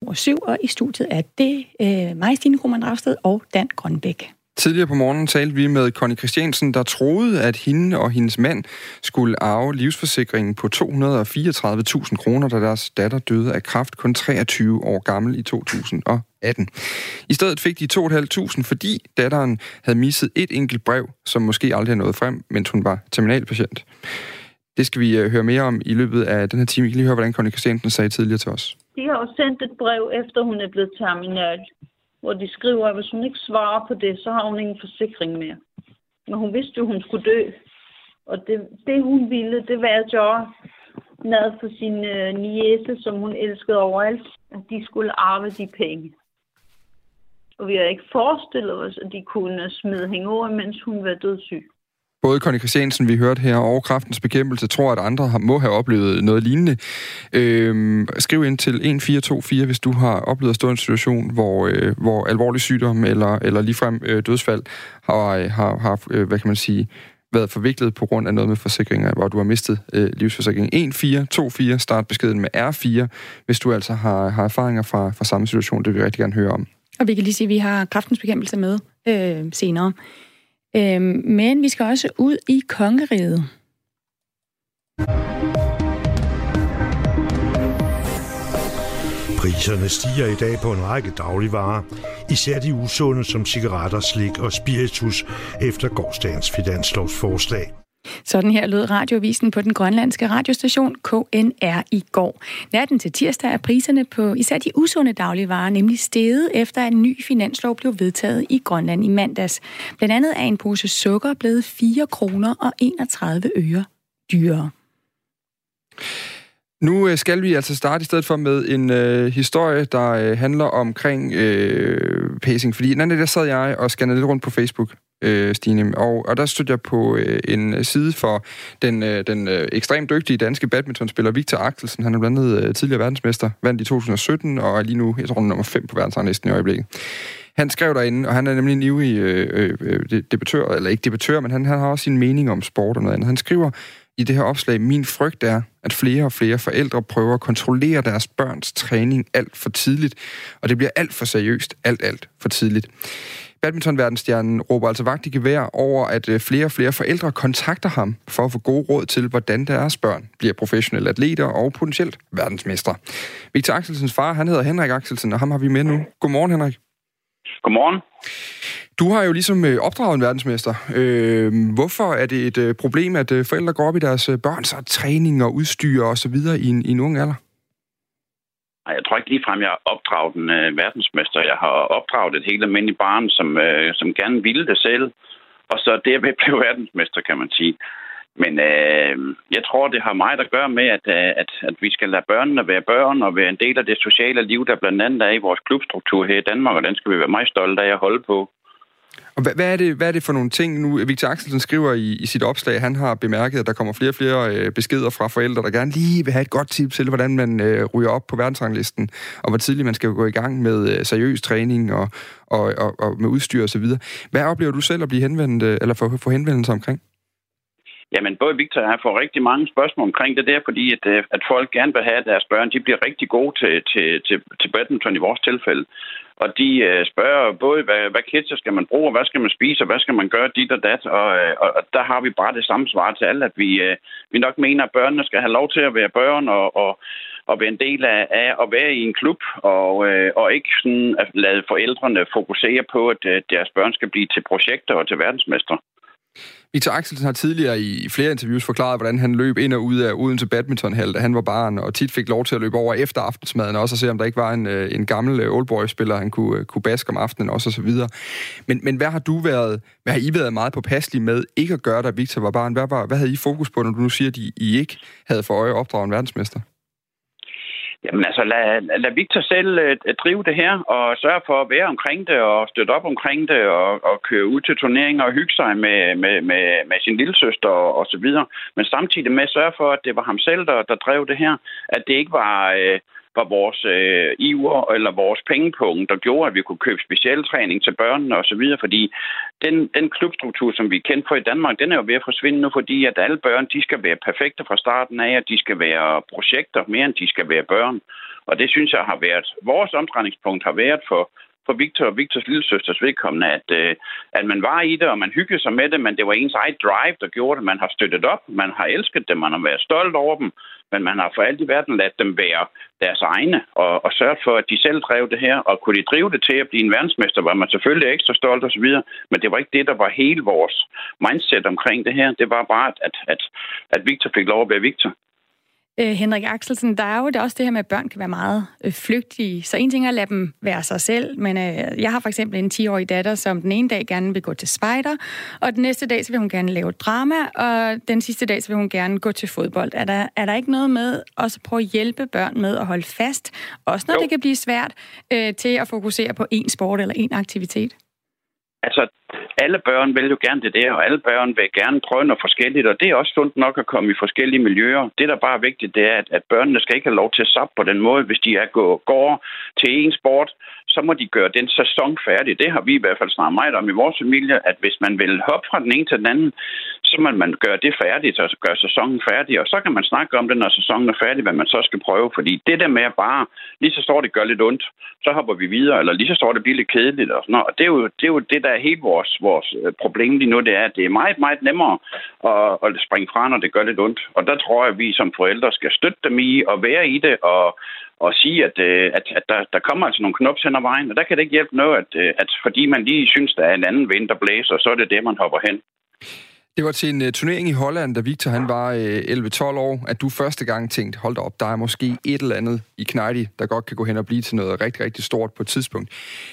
7, og i studiet er det mig, Stine Krohmann Dragsted og Dan Grønbæk. Tidligere på morgenen talte vi med Connie Christiansen, der troede, at hende og hendes mand skulle arve livsforsikringen på 234.000 kroner, da deres datter døde af kræft, kun 23 år gammel i 2018. I stedet fik de 2.500, fordi datteren havde misset et enkelt brev, som måske aldrig nåede frem, mens hun var terminalpatient. Det skal vi høre mere om i løbet af den her time. Vi kan lige høre, hvordan Connie Christiansen sagde tidligere til os. De har jo sendt et brev, efter hun er blevet terminal, hvor de skriver, at hvis hun ikke svarer på det, så har hun ingen forsikring mere. Men hun vidste jo, hun skulle dø. Og det hun ville, det var at gøre noget for sin niece, som hun elskede overalt, at de skulle arve de penge. Og vi har ikke forestillet os, at de kunne smide hende over, mens hun var dødssyg. Både Connie Christiansen, vi hørte her, og Kræftens Bekæmpelse, tror, at andre må have oplevet noget lignende. Skriv ind til 1424, hvis du har oplevet at stå i en situation, hvor alvorlig sygdom eller ligefrem dødsfald har hvad kan man sige, været forviklet på grund af noget med forsikringer, hvor du har mistet livsforsikringen. 1424, start beskeden med R4, hvis du altså har erfaringer fra samme situation. Det vil vi rigtig gerne høre om. Og vi kan lige sige, at vi har Kræftens Bekæmpelse med senere. Men vi skal også ud i kongeriget. Priserne stiger i dag på en række dagligvarer, især de usunde som cigaretter, slik og spiritus efter gårsdagens finanslovsforslag. Sådan her lød radioavisen på den grønlandske radiostation KNR i går. Natten til tirsdag er priserne på især de usunde dagligvarer nemlig steget, efter at en ny finanslov blev vedtaget i Grønland i mandags. Blandt andet er en pose sukker blevet 4 kroner og 31 øre dyrere. Nu skal vi altså starte i stedet for med en historie, der handler omkring pacing. Fordi den anden der sad jeg og scannede lidt rundt på Facebook, Stine, og der stod jeg på en side for den ekstremt dygtige danske badmintonspiller Victor Axelsen. Han er blandt andet tidligere verdensmester, vandt i 2017 og er lige nu, jeg tror, nummer 5 på verdensranglisten i øjeblikket. Han skrev derinde, og han er nemlig en ivrig debattør, eller ikke debattør, men han har også sin mening om sport og noget andet. Han skriver i det her opslag: min frygt er, at flere og flere forældre prøver at kontrollere deres børns træning alt for tidligt, og det bliver alt for seriøst, alt for tidligt. Badmintonverdensstjernen råber altså vagt i gevær over, at flere og flere forældre kontakter ham for at få gode råd til, hvordan deres børn bliver professionelle atleter og potentielt verdensmestre. Victor Axelsens far, han hedder Henrik Axelsen, og ham har vi med nu. Godmorgen, Henrik. Godmorgen. Du har jo ligesom opdraget en verdensmester. Hvorfor er det et problem, at forældre går op i deres børns træning og udstyr og så videre i en ung alder? Jeg tror ikke ligefrem, jeg har opdraget en verdensmester. Jeg har opdraget et helt almindeligt barn, som gerne ville det selv. Og så derved blev verdensmester, kan man sige. Men jeg tror, det har meget at gøre med, at vi skal lade børnene være børn og være en del af det sociale liv, der blandt andet er i vores klubstruktur her i Danmark, og den skal vi være meget stolte af at holde på. Og hvad er det for nogle ting nu? Victor Axelsen skriver i sit opslag, han har bemærket, at der kommer flere og flere beskeder fra forældre, der gerne lige vil have et godt tip til, hvordan man ryger op på verdensranglisten, og hvor tidligt man skal gå i gang med seriøs træning og med udstyr og så videre. Hvad oplever du selv at blive henvendt, eller få henvendelser omkring? Jamen, både Victor og jeg får rigtig mange spørgsmål omkring det der, fordi at folk gerne vil have, at deres børn de bliver rigtig gode til badminton i vores tilfælde. Og de spørger både, hvad kitser skal man bruge, og hvad skal man spise, og hvad skal man gøre dit og dat. Og der har vi bare det samme svar til alle, at vi nok mener, at børnene skal have lov til at være børn og være en del af at være i en klub, og ikke sådan at lade forældrene fokusere på, at deres børn skal blive til projekter og til verdensmestre. Victor Axelsen har tidligere i flere interviews forklaret, hvordan han løb ind og ud af Odense badmintonhal, da han var barn, og tit fik lov til at løbe over efter aftensmaden, også at se, om der ikke var en gammel oldboy-spiller, han kunne baske om aftenen, også og så videre. Men hvad har I været meget påpasselige med ikke at gøre, da Victor var barn? Hvad havde I fokus på, når du nu siger, at I ikke havde for øje at opdrage en verdensmester? Jamen altså, lad Victor selv drive det her, og sørge for at være omkring det, og støtte op omkring det, og køre ud til turneringer og hygge sig med sin lillesøster og så videre. Men samtidig med at sørge for, at det var ham selv, der drev det her. At det ikke var vores iver eller vores pengepunkt, der gjorde, at vi kunne købe specialtræning til børnene og så videre, fordi den klubstruktur, som vi er kendt for i Danmark, den er jo ved at forsvinde nu, fordi at alle børn, de skal være perfekte fra starten af, at de skal være projekter mere, end de skal være børn. Og det synes jeg har været, vores omdrejningspunkt har været for Victor og Victors lillesøsters vedkommende, at man var i det, og man hyggede sig med det, men det var ens eget drive, der gjorde det. Man har støttet op, man har elsket dem, man har været stolt over dem, men man har for alt i verden ladet dem være deres egne, og sørget for, at de selv drev det her, og kunne de drive det til at blive en verdensmester, var man selvfølgelig ekstra stolt osv., men det var ikke det, der var hele vores mindset omkring det her. Det var bare, at Victor fik lov at være Victor. Henrik Axelsen, der er jo også det her med, at børn kan være meget flygtige. Så en ting er at lade dem være sig selv, men jeg har for eksempel en 10-årig datter, som den ene dag gerne vil gå til spejder, og den næste dag så vil hun gerne lave drama, og den sidste dag så vil hun gerne gå til fodbold. Er der ikke noget med også at prøve at hjælpe børn med at holde fast, også når det kan blive svært, til at fokusere på én sport eller én aktivitet? Altså, alle børn vil jo gerne det der, og alle børn vil gerne prøve noget forskelligt, og det er også sundt nok at komme i forskellige miljøer. Det, der bare er vigtigt, det er, at børnene skal ikke have lov til at sappe på den måde. Hvis de går til en sport, så må de gøre den sæson færdig. Det har vi i hvert fald snart meget om i vores familie, at hvis man vil hoppe fra den ene til den anden, så må man gøre det færdigt, og gøre sæsonen færdig, og så kan man snakke om det, når sæsonen er færdig, hvad man så skal prøve. Fordi det der med at bare, lige så står det gør lidt ondt, så hopper vi videre, eller lige så står det bliver lidt kedeligt, og sådan noget. Og det er jo det, der er helt vores problem lige nu, det er, at det er meget, meget nemmere at springe fra, når det gør lidt ondt. Og der tror jeg, at vi som forældre skal støtte dem i og være i det, og sige, at der kommer altså nogle knops hen ad vejen, og der kan det ikke hjælpe noget, at fordi man lige synes, der er en anden vind, der blæser, så er det det, man hopper hen. Det var til en turnering i Holland, da Victor han var 11-12 år, at du første gang tænkte, hold da op, der er måske et eller andet i Knejdi, der godt kan gå hen og blive til noget rigtig, rigtig stort på et tidspunkt.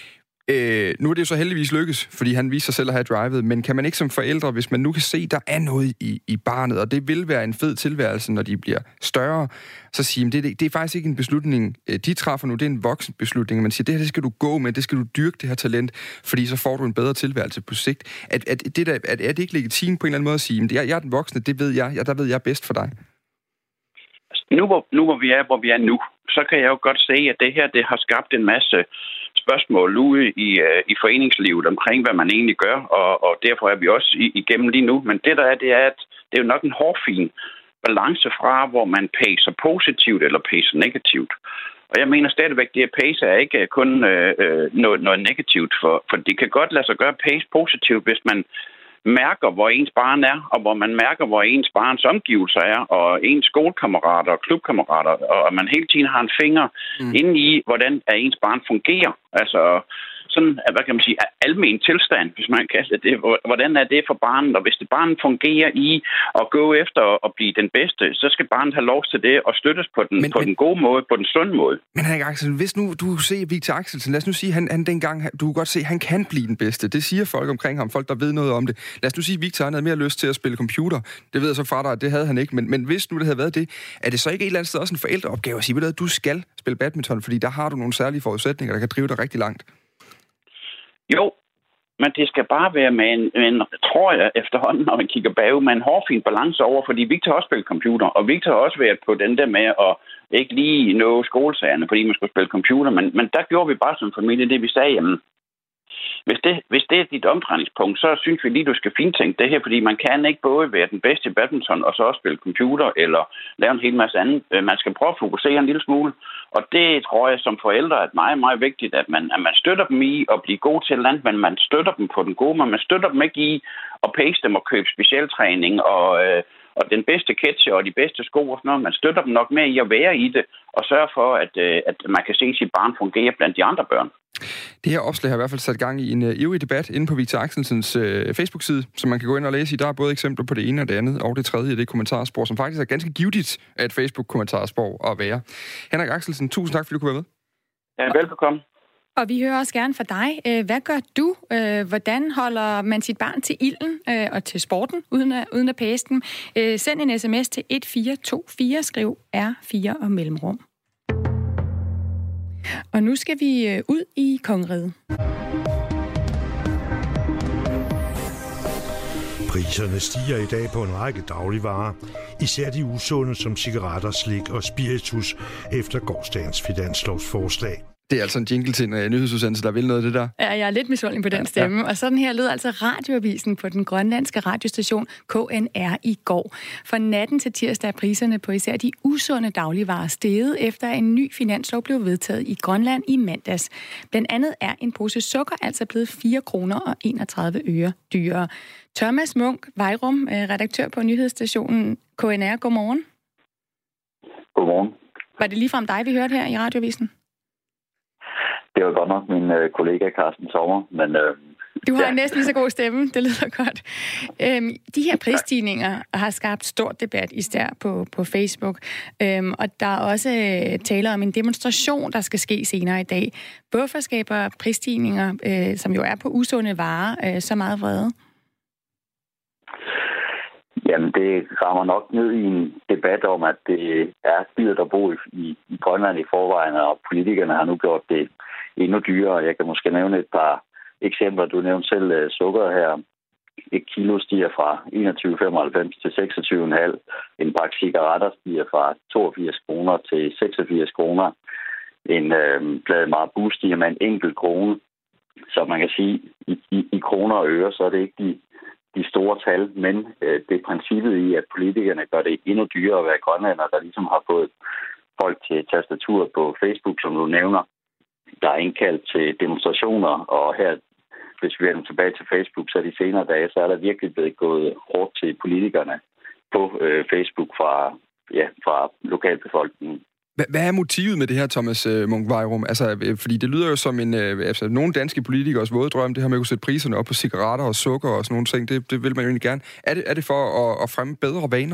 Nu er det jo så heldigvis lykkes, fordi han viser sig selv at have drivet, men kan man ikke som forældre, hvis man nu kan se, der er noget i barnet, og det vil være en fed tilværelse, når de bliver større, så sige, at det er faktisk ikke en beslutning, de træffer nu, det er en voksen beslutning, man siger, det her det skal du gå med, det skal du dyrke, det her talent, fordi så får du en bedre tilværelse på sigt. Er det ikke legitimt på en eller anden måde at sige, at jeg er den voksne, det ved jeg, der ved jeg bedst for dig? Nu hvor vi er nu, så kan jeg jo godt se, at det her, det har skabt en masse spørgsmål ude i foreningslivet omkring, hvad man egentlig gør, og derfor er vi også igennem lige nu. Men det der er, det er, at det er jo nok en hårfin balance fra, hvor man pacer positivt eller pacer negativt. Og jeg mener stadigvæk, at det at pace er ikke kun noget negativt, for det kan godt lade sig gøre pace positivt, hvis man mærker, hvor ens barn er, og hvor man mærker, hvor ens barns omgivelser er, og ens skolekammerater og klubkammerater, og at man hele tiden har en finger inde i, hvordan ens barn fungerer. Altså sådan, hvad kan man sige, almen tilstand, hvis man kan kalde det. Hvordan er det for barnet? Og hvis det barn fungerer i at gå efter at blive den bedste, så skal barnet have lov til det og støttes på den gode måde, på den sunde måde. Men Henrik Axelsen, hvis nu du ser Victor Axelsen, lad os nu sige, han dengang, du kan godt se, han kan blive den bedste. Det siger folk omkring ham, folk der ved noget om det. Lad os nu sige, Victor han havde mere lyst til at spille computer. Det ved jeg så fra dig, at det havde han ikke. Men hvis nu det havde været det, er det så ikke et eller andet sted også en forældreopgave at sige, ved du skal spille badminton, fordi der har du nogle særlige forudsætninger, der kan drive dig rigtig langt? Jo, men det skal bare være med en tror jeg efterhånden, når man kigger bagud, med en hårfin balance over, fordi Victor har også spillet computer, og Victor har også været på den der med at ikke lige nå skolesagerne, fordi man skulle spille computer, men der gjorde vi bare som familie det, vi sagde, jamen, hvis det er dit omdrejningspunkt, så synes vi lige, du skal fintænke det her, fordi man kan ikke både være den bedste i badminton og så også spille computer eller lave en hel masse andet. Man skal prøve at fokusere en lille smule, og det tror jeg som forældre er meget, meget vigtigt, at man støtter dem i at blive god til land, men man støtter dem på den gode måde. Man støtter dem ikke i at pace dem og købe specialtræning og den bedste ketcher og de bedste sko og sådan noget. Man støtter dem nok med i at være i det og sørge for, at man kan se sit barn fungere blandt de andre børn. Det her opslag har i hvert fald sat gang i en ivrig debat inde på Victor Axelsens Facebook-side, som man kan gå ind og læse i. Der er både eksempler på det ene og det andet, og det tredje, det kommentarspor, som faktisk er ganske givtigt af et Facebook-kommentarspor at være. Henrik Axelsen, tusind tak, fordi du kunne være med. Ja, velbekomme. Og vi hører også gerne fra dig. Hvad gør du? Hvordan holder man sit barn til ilden og til sporten, uden at pace den? Send en sms til 1424, skriv R4 og mellemrum. Og nu skal vi ud i kongeriget. Priserne stiger i dag på en række dagligvarer, især de usunde som cigaretter, slik og spiritus efter gårsdagens finanslovsforslag. Det er altså en jingle til en nyhedsudsendelse, der vil noget af det der. Ja, jeg er lidt misundelig på den stemme. Ja. Og sådan her lød altså radioavisen på den grønlandske radiostation KNR i går. For natten til tirsdag er priserne på især de usunde dagligvarer steget, efter en ny finanslov blev vedtaget i Grønland i mandags. Blandt andet er en pose sukker altså blevet 4 kroner og 31 øre dyrere. Thomas Munk Vejrum, redaktør på nyhedsstationen KNR. Godmorgen. Godmorgen. Var det ligefrem dig, vi hørte her i radioavisen? Det var godt nok min kollega Carsten Sommer, men... Du har næsten lige så god stemme, det lyder godt. De her prisstigninger har skabt stor debat især på Facebook, og der er også tale om en demonstration, der skal ske senere i dag. Hvorfor skaber prisstigninger, som jo er på usunde varer, så meget vrede? Jamen, det rammer nok ned i en debat om, at det er dyrt at bo i Grønland i forvejen, og politikerne har nu gjort det endnu dyrere. Jeg kan måske nævne et par eksempler. Du nævnte selv sukker her. 1 kilo stiger fra 21,95 til 26,5. En pakke cigaretter stiger fra 82 kroner til 86 kroner. En plade Marabou stiger med en enkelt krone. Så man kan sige, i kroner og øre, så er det ikke de store tal, men det er princippet i, at politikerne gør det endnu dyrere at være grønlænder, der ligesom har fået folk til tastatur på Facebook, som du nævner. Der er indkaldt til demonstrationer, og her, hvis vi vender tilbage til Facebook, så de senere dage, så er der virkelig blevet gået hårdt til politikerne på Facebook fra lokalbefolkningen. Hvad er motivet med det her, Thomas Munk Vejrum? Altså, fordi det lyder jo som nogle danske politikers våde drøm, det her med at kunne sætte priserne op på cigaretter og sukker og sådan nogle ting. Det vil man jo egentlig gerne. Er det for at fremme bedre vaner?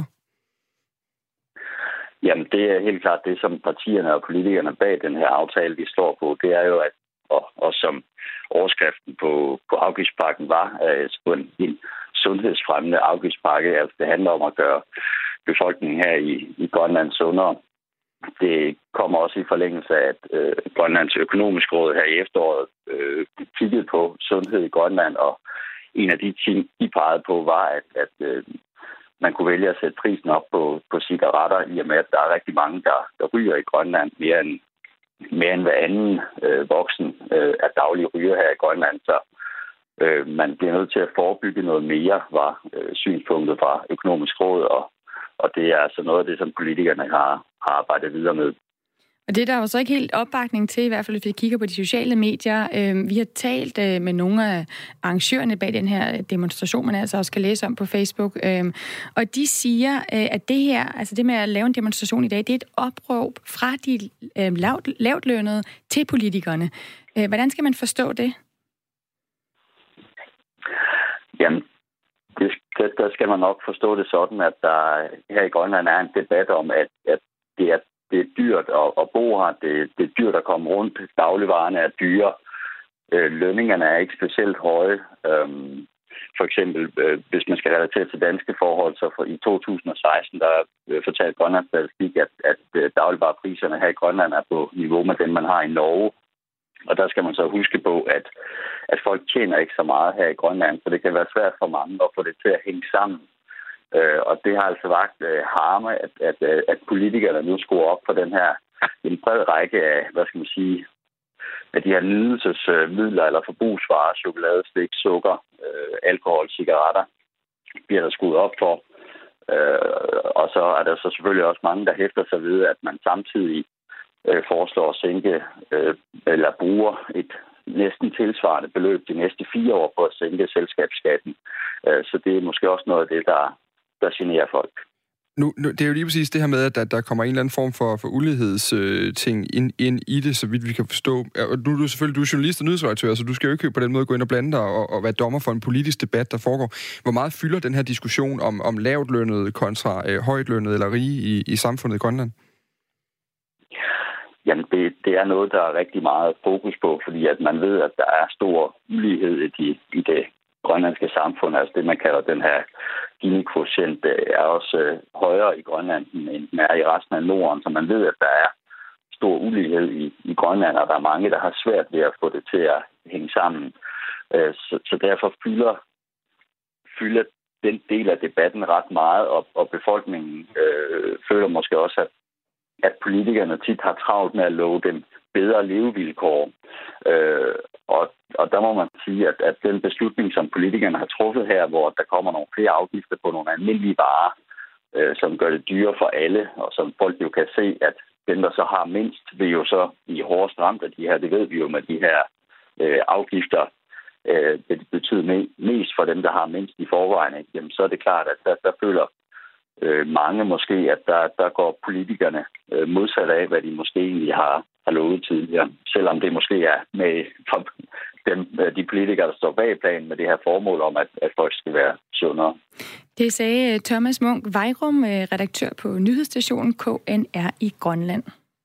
Jamen, det er helt klart det, som partierne og politikerne bag den her aftale, de står på. Det er jo, at og som overskriften på afgiftspakken var, en sundhedsfremmende afgiftspakke. Altså, det handler om at gøre befolkningen her i Grønland sundere. Det kommer også i forlængelse af, at Grønlands økonomiske råd her i efteråret kiggede på sundhed i Grønland, og en af de ting, de pegede på, var, at man kunne vælge at sætte prisen op på cigaretter, i og med, at der er rigtig mange, der ryger i Grønland, mere end hver anden voksen er daglig ryger her i Grønland. Så man bliver nødt til at forebygge noget mere, var synspunktet fra økonomisk råd, og det er altså noget af det, som politikerne har arbejdet videre med. Og det er der jo så ikke helt opbakning til, i hvert fald hvis vi kigger på de sociale medier. Vi har talt med nogle af arrangørerne bag den her demonstration, man altså også kan læse om på Facebook. Og de siger, at det her, altså det med at lave en demonstration i dag, det er et opråb fra de lavtlønnede til politikerne. Hvordan skal man forstå det? Jamen, der skal man nok forstå det sådan, at der her i Grønland er en debat om, at det er dyrt at bo her. Det er dyrt at komme rundt. Dagligvarerne er dyre. Lønningerne er ikke specielt høje. For eksempel, hvis man skal relatere til danske forhold, så i 2016, der fortalte Grønlands Statistik, at dagligvarepriserne her i Grønland er på niveau med dem, man har i Norge. Og der skal man så huske på, at folk tjener ikke så meget her i Grønland, så det kan være svært for mange at få det til at hænge sammen. Og det har altså vagt harme, at politikerne nu skruer op på en bred række af, af de her nydelsesmidler eller forbrugsvarer, chokolade, slik, sukker, alkohol, cigaretter, bliver der skruet op for. Og så er der så selvfølgelig også mange, der hæfter sig ved, at man samtidig foreslår at sænke eller bruger et næsten tilsvarende beløb de næste 4 år på at sænke selskabsskatten. Så det er måske også noget af det, der generer folk. Nu, det er jo lige præcis det her med, at der kommer en eller anden form for ulighedsting ind i det, så vidt vi kan forstå. Og nu er du er journalist og nyhedsredaktør, så du skal jo ikke på den måde gå ind og blande dig og være dommer for en politisk debat, der foregår. Hvor meget fylder den her diskussion om lavtlønnede kontra højtlønnede eller rige i samfundet i Grønland? Jamen, det er noget, der er rigtig meget fokus på, fordi at man ved, at der er stor ulighed i det grønlandske samfund. Altså det, man kalder den her Gini-quotient, er også højere i Grønland, end den er i resten af Norden. Så man ved, at der er stor ulighed i Grønland, og der er mange, der har svært ved at få det til at hænge sammen. Så derfor fylder den del af debatten ret meget, og befolkningen føler måske også, at politikerne tit har travlt med at love dem bedre levevilkår. Og der må man sige, at den beslutning, som politikerne har truffet her, hvor der kommer nogle flere afgifter på nogle almindelige varer, som gør det dyrere for alle, og som folk jo kan se, at dem, der så har mindst, vil jo så blive hårdest ramt af de her. Det ved vi jo med de her afgifter. Det betyder mest for dem, der har mindst i forvejen. Ikke? Jamen, så er det klart, at der føler mange måske, at der går politikerne modsat af, hvad de måske egentlig har lovet tidligere. Selvom det måske er med de politikere, der står bag planen med det her formål om, at folk skal være sundere. Det sagde Thomas Munk Vejrum, redaktør på nyhedsstationen KNR i Grønland.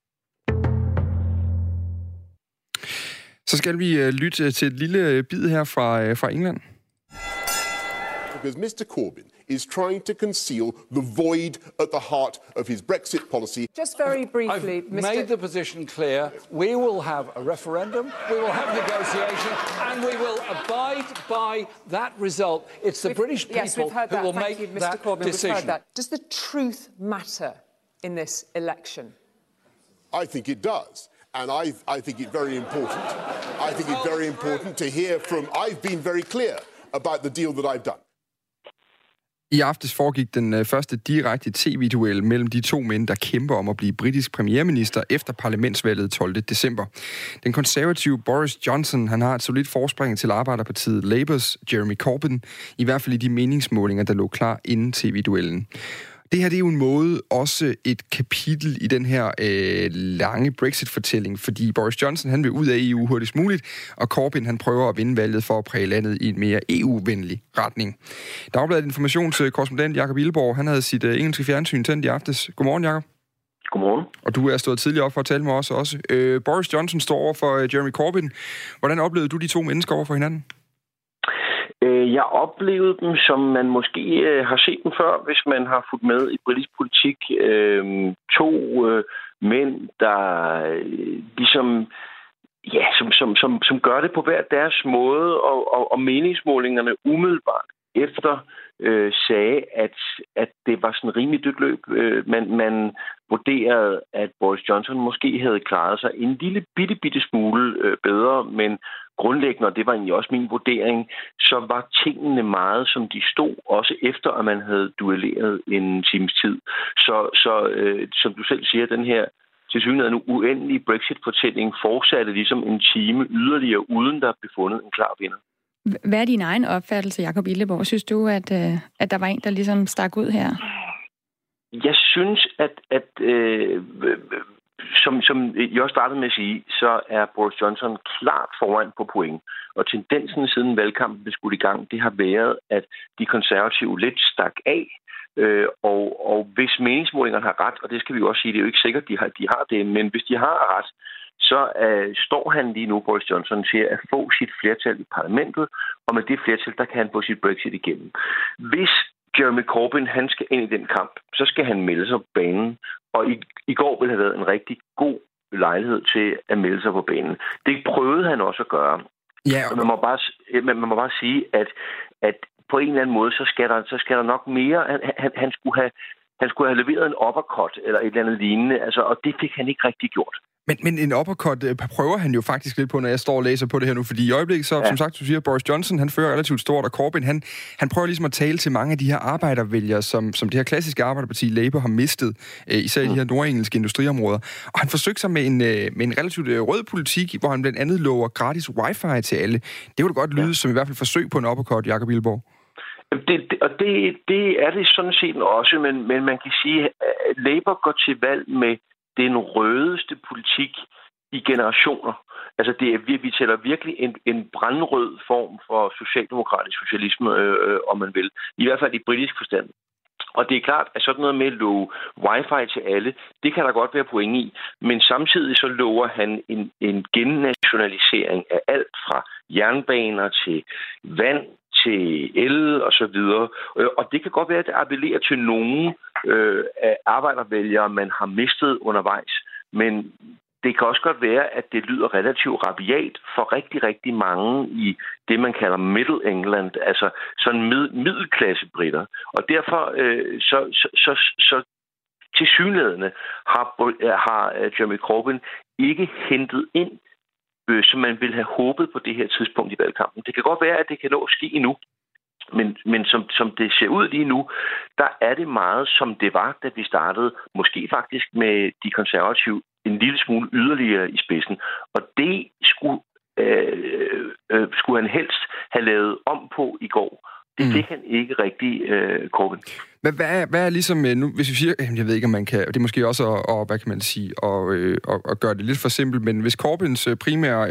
Så skal vi lytte til et lille bid her fra England. Because Mr. Corbyn is trying to conceal the void at the heart of his Brexit policy. Just very briefly, I've made the position clear. We will have a referendum, we will have negotiation, and we will abide by that result. It's the British people who will make that decision. Does the truth matter in this election? I think it does. And I think it's very important. I think it's very important to hear from... I've been very clear about the deal that I've done. I aftes foregik den første direkte tv-duel mellem de to mænd, der kæmper om at blive britisk premierminister efter parlamentsvalget 12. december. Den konservative Boris Johnson, han har et solidt forspring til Arbejderpartiet Labours Jeremy Corbyn, i hvert fald i de meningsmålinger, der lå klar inden tv-duellen. Det her det er jo en måde, også et kapitel i den her lange Brexit-fortælling, fordi Boris Johnson han vil ud af EU hurtigst muligt, og Corbyn han prøver at vinde valget for at præge landet i en mere EU-venlig retning. Dagbladet Informationskorrespondent Jakob Illeborg, han havde sit engelske fjernsyn tændt i aftes. Godmorgen, Jakob. Godmorgen. Og du er stået tidligere op for at tale med os også. Boris Johnson står over for Jeremy Corbyn. Hvordan oplevede du de to mennesker over for hinanden? Jeg oplevede dem, som man måske har set dem før, hvis man har fulgt med i britisk politik. To mænd, der ligesom, ja, som gør det på hver deres måde, og meningsmålingerne umiddelbart efter sagde, at det var sådan en rimelig dødt løb. Man vurderede, at Boris Johnson måske havde klaret sig en lille bitte smule bedre, men grundlæggende, og det var egentlig også min vurdering, så var tingene meget, som de stod, også efter, at man havde duelleret en times tid. Så som du selv siger, den her tilsyneladende uendelige Brexit-fortælling fortsatte ligesom en time yderligere, uden der blev fundet en klar vinder. Hvad er din egen opfattelse, Jakob Illeborg? Synes du, at der var en, der ligesom stak ud her? Jeg synes, at som jeg også startede med at sige, så er Boris Johnson klart foran på point. Og tendensen siden valgkampen blev skudt i gang, det har været, at de konservative lidt stak af. Og hvis meningsmålingerne har ret, og det skal vi jo også sige, det er jo ikke sikkert, de har det, men hvis de har ret, så står han lige nu, Boris Johnson, til at få sit flertal i parlamentet, og med det flertal, der kan han få sit Brexit igennem. Hvis Jeremy Corbyn, han skal ind i den kamp, så skal han melde sig på banen, og i går ville have været en rigtig god lejlighed til at melde sig på banen. Det prøvede han også at gøre. Yeah. Man må bare sige, at på en eller anden måde, så skal der nok mere. Han skulle have leveret en uppercut eller et eller andet lignende, altså, og det fik han ikke rigtig gjort. Men en uppercut prøver han jo faktisk lidt på, når jeg står og læser på det her nu, fordi i øjeblikket, så som sagt, du siger, Boris Johnson, han fører relativt stort, og Corbyn, han prøver ligesom at tale til mange af de her arbejdervælgere, som det her klassiske arbejderparti Labour har mistet, især i de her nordengelske industriområder. Og han forsøgte sig med en relativt rød politik, hvor han blandt andet lover gratis wifi til alle. Det kunne da godt lyde som i hvert fald forsøg på en uppercut, Jakob Illeborg. Det er det sådan set også, men man kan sige, at Labour går til valg med den rødeste politik i generationer. Altså vi tæller virkelig en brandrød form for socialdemokratisk socialisme, om man vil. I hvert fald i britisk forstand. Og det er klart, at sådan noget med at love wifi til alle, det kan der godt være point i. Men samtidig så lover han en gennationalisering af alt fra jernbaner til vand, til el og så videre. Og det kan godt være, at det appellerer til nogle af arbejdervælgere, man har mistet undervejs. Men det kan også godt være, at det lyder relativt rabiat for rigtig, rigtig mange i det, man kalder Middle England, altså sådan middelklasse britter. Og derfor så tilsyneladende har Jeremy Corbyn ikke hentet ind, som man ville have håbet på det her tidspunkt i valgkampen. Det kan godt være, at det kan nå at ske endnu. Men som det ser ud lige nu, der er det meget, som det var, da vi startede, måske faktisk med de konservative en lille smule yderligere i spidsen. Og det skulle han helst have lavet om på i går. Det fik han ikke rigtig, Corbyn. Hvad er ligesom, nu, hvis vi siger, jeg ved ikke, om man kan, det er måske også at hvad kan man sige, at gøre det lidt for simpelt, men hvis Corbyns primære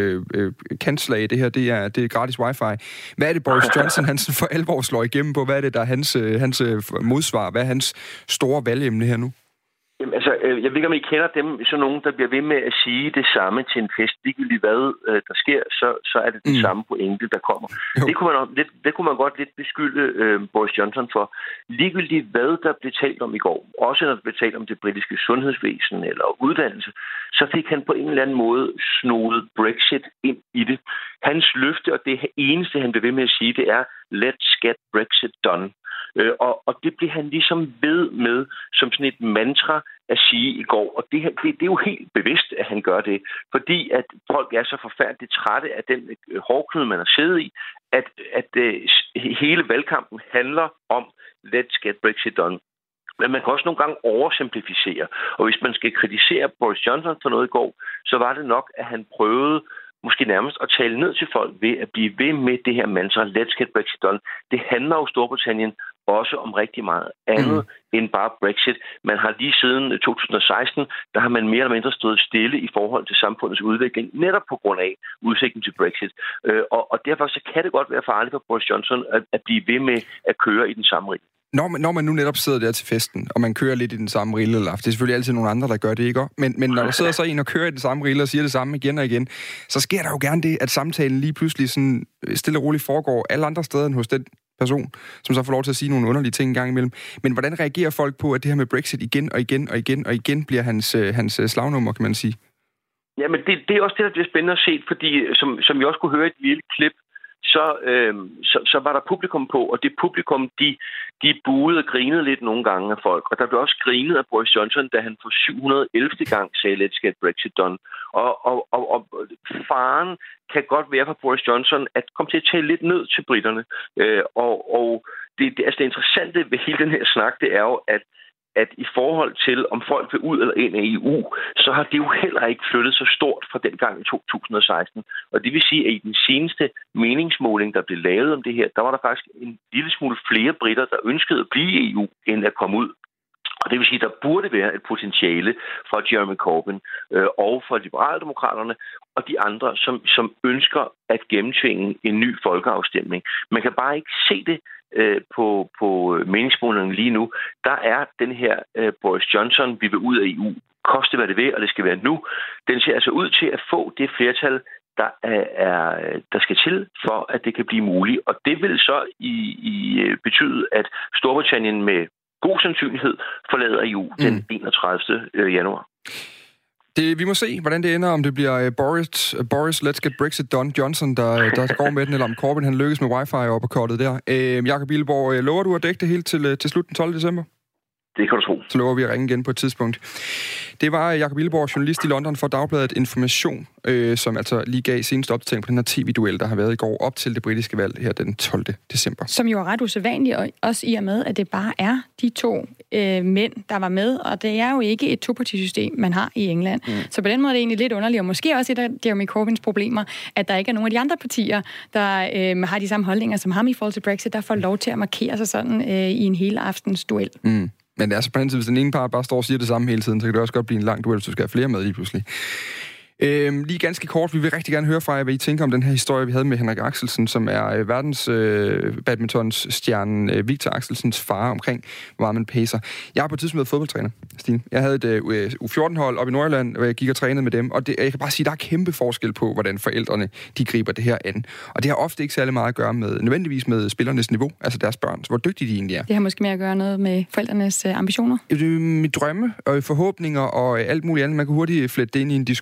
kantslag i det her, det er gratis wifi, hvad er det Boris Johnson, han for alvor slår igennem på? Hvad er det, der er hans modsvar? Hvad er hans store valgemne her nu? Jamen, altså, jeg ved ikke, om I kender dem, så nogen, der bliver ved med at sige det samme til en fest. Ligegyldigt hvad der sker, så er det den samme pointe, der kommer. Det kunne man godt lidt beskylde Boris Johnson for. Ligegyldigt hvad der blev talt om i går, også når der blev talt om det britiske sundhedsvæsen eller uddannelse, så fik han på en eller anden måde snodet Brexit ind i det. Hans løfte, og det eneste, han blev ved med at sige, det er, let's get Brexit done. Og det blev han ligesom ved med som sådan et mantra at sige i går. Og det er jo helt bevidst, at han gør det. Fordi at folk er så forfærdeligt trætte af den hårdknude, man har siddet i, at hele valgkampen handler om let's get Brexit done. Men man kan også nogle gange oversimplificere. Og hvis man skal kritisere Boris Johnson for noget i går, så var det nok, at han prøvede måske nærmest at tale ned til folk ved at blive ved med det her mantra, let's get Brexit done. Det handler jo Storbritannien også om rigtig meget andet end bare Brexit. Man har lige siden 2016, der har man mere eller mindre stået stille i forhold til samfundets udvikling, netop på grund af udsigten til Brexit. Og derfor så kan det godt være farligt for Boris Johnson at blive ved med at køre i den samme rille. Når man nu netop sidder der til festen, og man kører lidt i den samme rille, eller det er selvfølgelig altid nogle andre, der gør det, ikke? Men når der sidder så en og kører i den samme rille og siger det samme igen og igen, så sker der jo gerne det, at samtalen lige pludselig sådan stille og roligt foregår alle andre steder end hos den person, som så får lov til at sige nogle underlige ting en gang imellem. Men hvordan reagerer folk på, at det her med Brexit igen og igen og igen og igen bliver hans slagnummer, kan man sige? Jamen, det er også det, der bliver spændende at se, fordi som vi også kunne høre i et lille klip, så var der publikum på, og det publikum, de buede og grinede lidt nogle gange af folk. Og der blev også grinet af Boris Johnson, da han for 711. gang sagde, let's get Brexit done. Og faren kan godt være for Boris Johnson at komme til at tale lidt ned til britterne. Det interessante ved hele den her snak, det er jo, at i forhold til, om folk vil ud eller ind af EU, så har det jo heller ikke flyttet så stort fra den gang i 2016. Og det vil sige, at i den seneste meningsmåling, der blev lavet om det her, der var der faktisk en lille smule flere britter, der ønskede at blive i EU, end at komme ud. Og det vil sige, at der burde være et potentiale for Jeremy Corbyn og for Liberaldemokraterne og de andre, som ønsker at gennemtvinge en ny folkeafstemning. Man kan bare ikke se det på meningsmålingen lige nu. Der er den her Boris Johnson, vi vil ud af EU, koste hvad det vil, og det skal være nu. Den ser altså ud til at få det flertal, der skal til, for at det kan blive muligt. Og det vil så betyde, at Storbritannien med god sandsynlighed forlader EU den 31. januar. Vi må se, hvordan det ender, om det bliver Boris Let's Get Brexit Done Johnson, der går med den, eller om Corbyn han lykkes med wifi op og kortet der. Jakob Illeborg, lover du at dække det helt til slut den 12. december? Det kan du tro. Så lover vi at ringe igen på et tidspunkt. Det var Jakob Illeborg, journalist i London for Dagbladet Information, som altså lige gav seneste opdatering på den her tv-duel, der har været i går op til det britiske valg her den 12. december. Som jo er ret usædvanligt, og også i og med, at det bare er de to mænd, der var med, og det er jo ikke et topartisystem, man har i England. Så på den måde er det egentlig lidt underligt, og måske også et af Jeremy Corbyns problemer, at der ikke er nogen af de andre partier, der har de samme holdninger som ham i forhold til Brexit, der får lov til at markere sig sådan i en hele aftens duel. Men altså på den tid, hvis den ene part bare står og siger det samme hele tiden, så kan det også godt blive en lang duel, hvis du skal have flere med lige pludselig. Lige ganske kort, vi vil rigtig gerne høre fra jer, hvad I tænker om den her historie, vi havde med Henrik Axelsen, som er verdens badmintonsstjernen Victor Axelsens far, omkring hvor meget man pacer. Jeg er på et tidspunkt været fodboldtræner, Stine. Jeg havde et U14-hold op i Nordjylland, og jeg gik og trænede med dem, og jeg kan bare sige, at der er kæmpe forskel på, hvordan forældrene de griber det her an. Og det har ofte ikke særlig meget at gøre nødvendigvis med spillernes niveau, altså deres børn, hvor dygtige de egentlig er. Det har måske mere at gøre noget med forældrenes ambitioner? Med drømme og forhåbninger og alt muligt andet. Man kan hurtigt flette det ind i en diskurs om,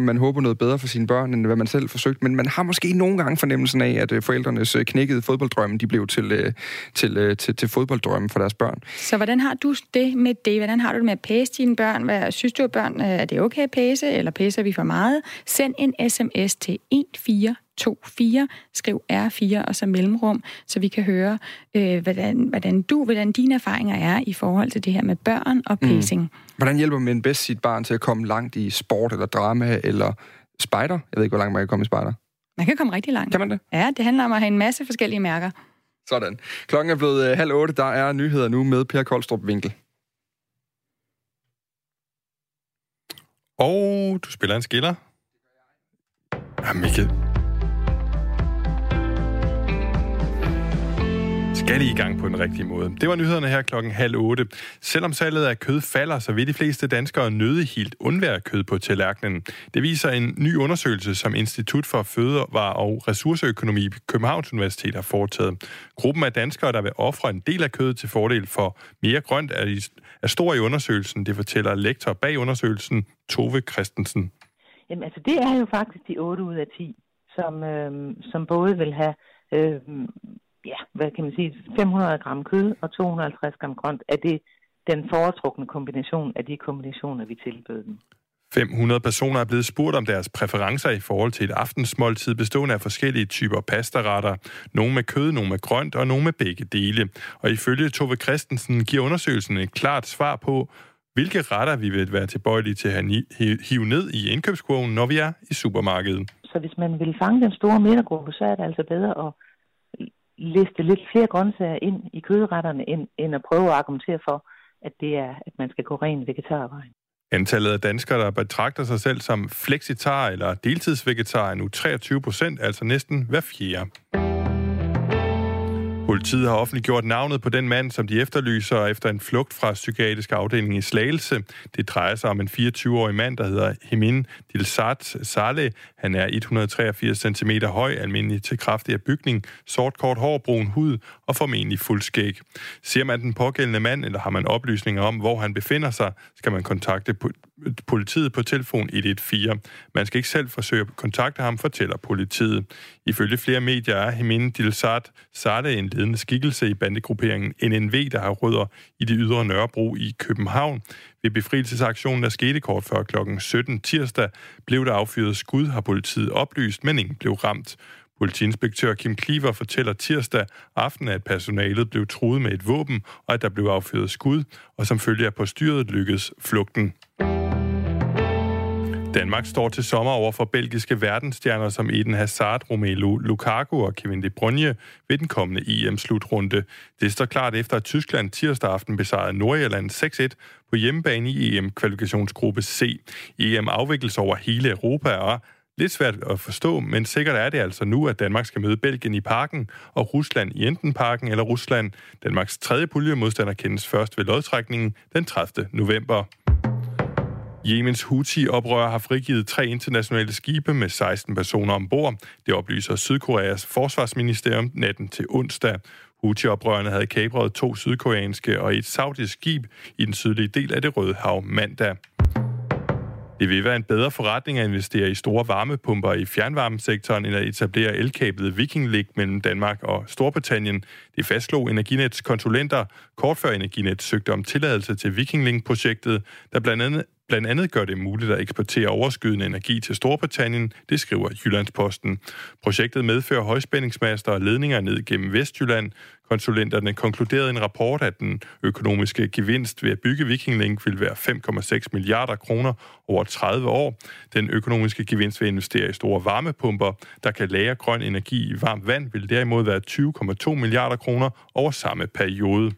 man håber noget bedre for sine børn, end hvad man selv forsøgte. Men man har måske nogle gange fornemmelsen af, at forældrenes knækkede fodbolddrømme, de blev til fodbolddrømme for deres børn. Så hvordan har du det med det? Hvordan har du det med at pæse dine børn? Synes du, at børn, er det okay at pæse, eller pæser vi for meget? Send en sms til 1424, skriv R4 og så mellemrum, så vi kan høre, hvordan dine erfaringer er i forhold til det her med børn og pacing. Hvordan hjælper man bedst sit barn til at komme langt i sport eller drama eller spejder? Jeg ved ikke, hvor langt man kan komme i spejder. Man kan komme rigtig langt. Kan man det? Ja, det handler om at have en masse forskellige mærker. Sådan. Klokken er blevet 7:30. Der er nyheder nu med Per Koldstrup Winkel. Og du spiller en skiller. Ja, Mikkel. Skal I gang på den rigtige måde? Det var nyhederne her klokken 7:30. Selvom salget af kød falder, så vil de fleste danskere nødig helt undvære kød på tallerkenen. Det viser en ny undersøgelse, som Institut for Fødevare- og Ressourceøkonomi på Københavns Universitet har foretaget. Gruppen af danskere, der vil ofre en del af kødet til fordel for mere grønt, er stor i undersøgelsen. Det fortæller lektor bag undersøgelsen, Tove Christensen. Jamen altså, det er jo faktisk de 8 ud af 10, som både vil have... hvad kan man sige, 500 gram kød og 250 gram grønt, er det den foretrukne kombination af de kombinationer, vi tilbød dem. 500 personer er blevet spurgt om deres præferencer i forhold til et aftensmåltid bestående af forskellige typer pastaretter. Nogle med kød, nogle med grønt og nogle med begge dele. Og ifølge Tove Christensen giver undersøgelsen et klart svar på, hvilke retter vi vil være tilbøjelige til at hive ned i indkøbskurven, når vi er i supermarkedet. Så hvis man vil fange den store midtergruppe, så er det altså bedre at liste lidt flere grøntsager ind i kødretterne, end at prøve at argumentere for, at man skal gå ren vegetarvejen. Antallet af danskere, der betragter sig selv som flexitar eller deltidsvegetar, er nu 23%, altså næsten hver fjerde. Politiet har offentliggjort navnet på den mand, som de efterlyser efter en flugt fra psykiatrisk afdeling i Slagelse. Det drejer sig om en 24-årig mand, der hedder Hemin Dilsat Saleh. Han er 183 cm høj, almindelig til kraftig af bygning, sort kort hår, brun hud og formentlig fuldskæg. Ser man den pågældende mand, eller har man oplysninger om, hvor han befinder sig, skal man kontakte politiet på telefon 114. Man skal ikke selv forsøge at kontakte ham, fortæller politiet. Ifølge flere medier er Hemin Dilsat Saleh en ledende skikkelse i bandegrupperingen NNV, der har rødder i det ydre Nørrebro i København. Ved befrielsesaktionen, der skete kort før klokken 17 tirsdag, blev der affyret skud, har politiet oplyst, men ingen blev ramt. Politiinspektør Kim Kliver fortæller tirsdag aften, at personalet blev truet med et våben, og at der blev affyret skud, og som følge af postyret lykkedes flugten. Danmark står til sommer over for belgiske verdensstjerner som Eden Hazard, Romelu Lukaku og Kevin De Bruyne ved den kommende EM-slutrunde. Det står klart efter, at Tyskland tirsdag aften besejrede Nordirland 6-1 på hjemmebane i EM-kvalifikationsgruppe C. EM afvikles over hele Europa og lidt svært at forstå, men sikkert er det altså nu, at Danmark skal møde Belgien i Parken og Rusland i enten Parken eller Rusland. Danmarks tredje puljemodstander kendes først ved lodtrækningen den 30. november. Yemens Houthi-oprør har frigivet 3 internationale skibe med 16 personer ombord. Det oplyser Sydkoreas forsvarsministerium natten til onsdag. Houthi-oprørerne havde kapret 2 sydkoreanske og et saudisk skib i den sydlige del af det Røde Hav mandag. Det vil være en bedre forretning at investere i store varmepumper i fjernvarmesektoren, end at etablere elkablet Viking Link mellem Danmark og Storbritannien. Det fastslog Energinets konsulenter kort før Energinet søgte om tilladelse til Viking Link-projektet, der blandt andet gør det muligt at eksportere overskydende energi til Storbritannien, det skriver Jyllandsposten. Projektet medfører højspændingsmaster og ledninger ned gennem Vestjylland. Konsulenterne konkluderede en rapport, at den økonomiske gevinst ved at bygge Viking Link vil være 5,6 milliarder kroner over 30 år. Den økonomiske gevinst ved at investere i store varmepumper, der kan lagre grøn energi i varmt vand, vil derimod være 20,2 milliarder kroner over samme periode.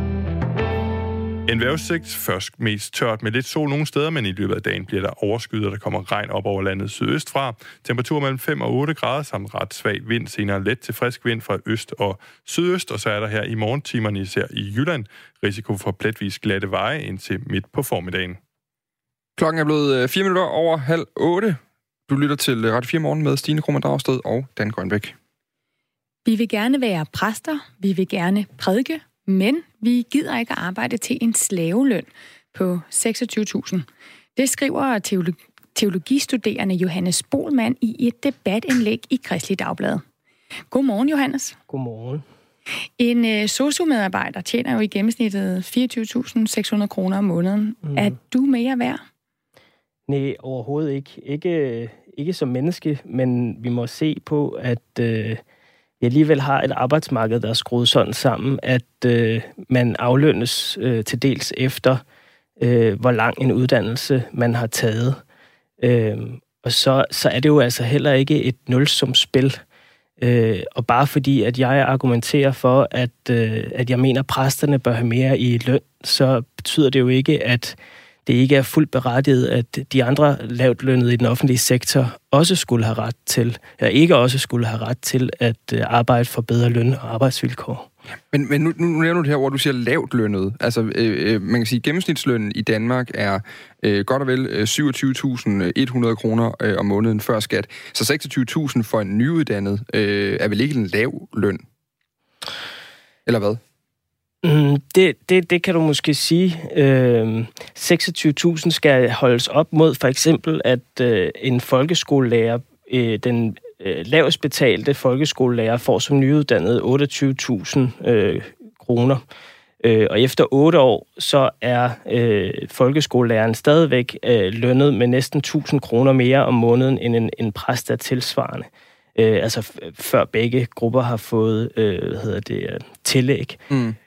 En vejrudsigt først mest tørt med lidt sol nogle steder, men i løbet af dagen bliver der overskyet, og der kommer regn op over landet sydøst fra. Temperatur mellem 5 og 8 grader samt ret svag vind, senere let til frisk vind fra øst og sydøst, og så er der her i morgentimerne især i Jylland risiko for pletvis glatte veje indtil midt på formiddagen. Klokken er blevet 4 minutter over 7:30. Du lytter til Radio 4 Morgen med Stine Krohmann Dragsted og Dan Grønbæk. Vi vil gerne være præster, vi vil gerne prædike, men vi gider ikke arbejde til en slaveløn på 26.000. Det skriver teologistuderende Johannes Bohlmann i et debatindlæg i Kristeligt Dagblad. Godmorgen, Johannes. Godmorgen. En sosu-medarbejder tjener jo i gennemsnittet 24.600 kroner om måneden. Er du mere værd? Nej, overhovedet ikke. Ikke som menneske, men vi må se på, at vi alligevel har et arbejdsmarked, der er skruet sådan sammen, at man aflønnes til dels efter, hvor lang en uddannelse man har taget. Og så er det jo altså heller ikke et nulsumsspil. Og bare fordi, at jeg argumenterer for, at jeg mener, at præsterne bør have mere i løn, så betyder det jo ikke, at det ikke er fuldt berettiget, at de andre lavt lønnede i den offentlige sektor også skulle have ret til, eller ikke også skulle have ret til at arbejde for bedre løn og arbejdsvilkår. Men nu nævner du det her, hvor du siger lavt lønnet. Altså, man kan sige, at gennemsnitslønnen i Danmark er godt og vel 27.100 kroner om måneden før skat. Så 26.000 for en nyuddannet er vel ikke en lav løn? Eller hvad? Det kan du måske sige. 26.000 skal holdes op mod for eksempel, at en folkeskolelærer, den lavest betalte folkeskolelærer, får som nyuddannet 28.000 kroner. Og efter 8 år, så er folkeskolelæreren stadigvæk lønnet med næsten 1.000 kroner mere om måneden, end en præst er tilsvarende. Altså før begge grupper har fået tillæg.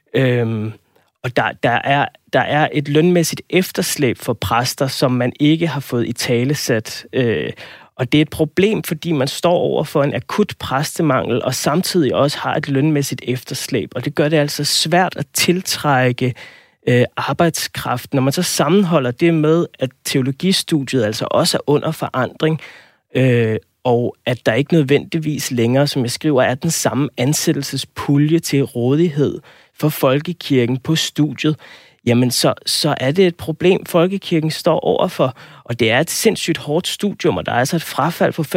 Og der er et lønmæssigt efterslæb for præster, som man ikke har fået italesat. Og det er et problem, fordi man står over for en akut præstemangel, og samtidig også har et lønmæssigt efterslæb. Og det gør det altså svært at tiltrække arbejdskraft. Når man så sammenholder det med, at teologistudiet altså også er under forandring, og at der ikke nødvendigvis længere, som jeg skriver, er den samme ansættelsespulje til rådighed for folkekirken på studiet, jamen så er det et problem, folkekirken står overfor. Og det er et sindssygt hårdt studium, og der er altså et frafald på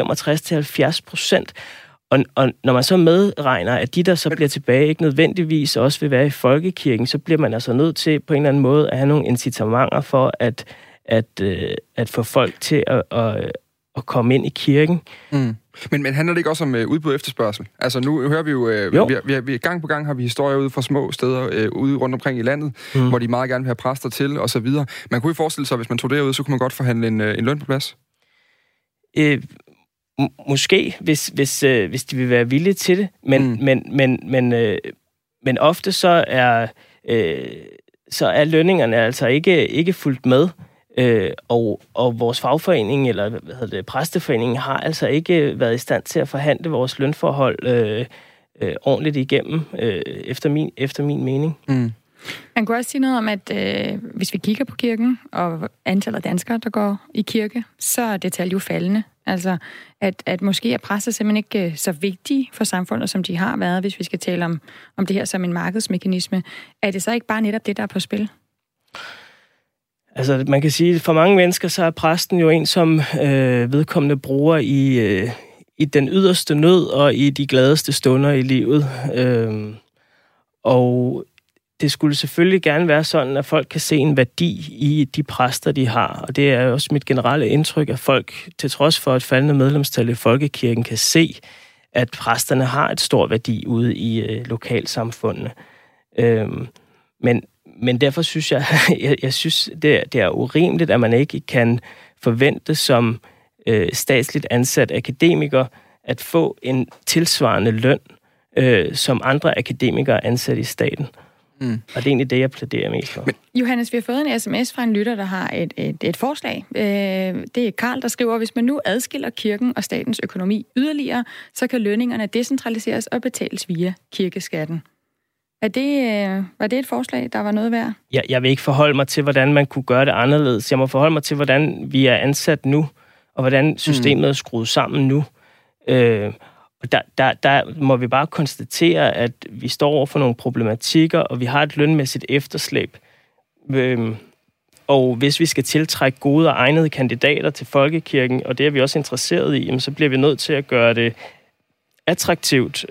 65-70%. Og når man så medregner, at de, der så bliver tilbage, ikke nødvendigvis også vil være i folkekirken, så bliver man altså nødt til på en eller anden måde at have nogle incitamenter for at få folk til at komme ind i kirken. Men handler det ikke også om udbud og efterspørgsel? Altså nu hører vi jo, vi gang på gang har vi historier ude fra små steder ude rundt omkring i landet, hvor de meget gerne vil have præster til, og så videre. Man kunne jo forestille sig, hvis man tog derud, så kunne man godt forhandle en løn på plads? Måske, hvis de vil være villige til det. Men ofte så er lønningerne altså ikke fulgt med. Og vores fagforening, eller præsteforeningen, har altså ikke været i stand til at forhandle vores lønforhold ordentligt igennem, efter min mening. Man kunne også sige noget om, at hvis vi kigger på kirken, og antallet af danskere, der går i kirke, så er det tal jo faldende. Altså, at måske er præster simpelthen ikke så vigtige for samfundet, som de har været, hvis vi skal tale om det her som en markedsmekanisme. Er det så ikke bare netop det, der er på spil? Altså, man kan sige, at for mange mennesker, så er præsten jo en, som vedkommende bruger i den yderste nød og i de gladeste stunder i livet. Og det skulle selvfølgelig gerne være sådan, at folk kan se en værdi i de præster, de har. Og det er også mit generelle indtryk, at folk, til trods for et faldende medlemstal i folkekirken, kan se, at præsterne har et stor værdi ude i lokalsamfundene. Men derfor synes jeg synes, det er urimeligt, at man ikke kan forvente som statsligt ansat akademiker at få en tilsvarende løn, som andre akademikere ansat i staten. Og det er egentlig det, jeg plæderer mest for. Johannes, vi har fået en sms fra en lytter, der har et forslag. Det er Karl, der skriver, hvis man nu adskiller kirken og statens økonomi yderligere, så kan lønningerne decentraliseres og betales via kirkeskatten. Var det et forslag, der var noget værd? Ja, jeg vil ikke forholde mig til, hvordan man kunne gøre det anderledes. Jeg må forholde mig til, hvordan vi er ansat nu, og hvordan systemet er skruet sammen nu. Og der må vi bare konstatere, at vi står over for nogle problematikker, og vi har et lønmæssigt efterslæb. Og hvis vi skal tiltrække gode og egnede kandidater til folkekirken, og det er vi også interesseret i, så bliver vi nødt til at gøre det attraktivt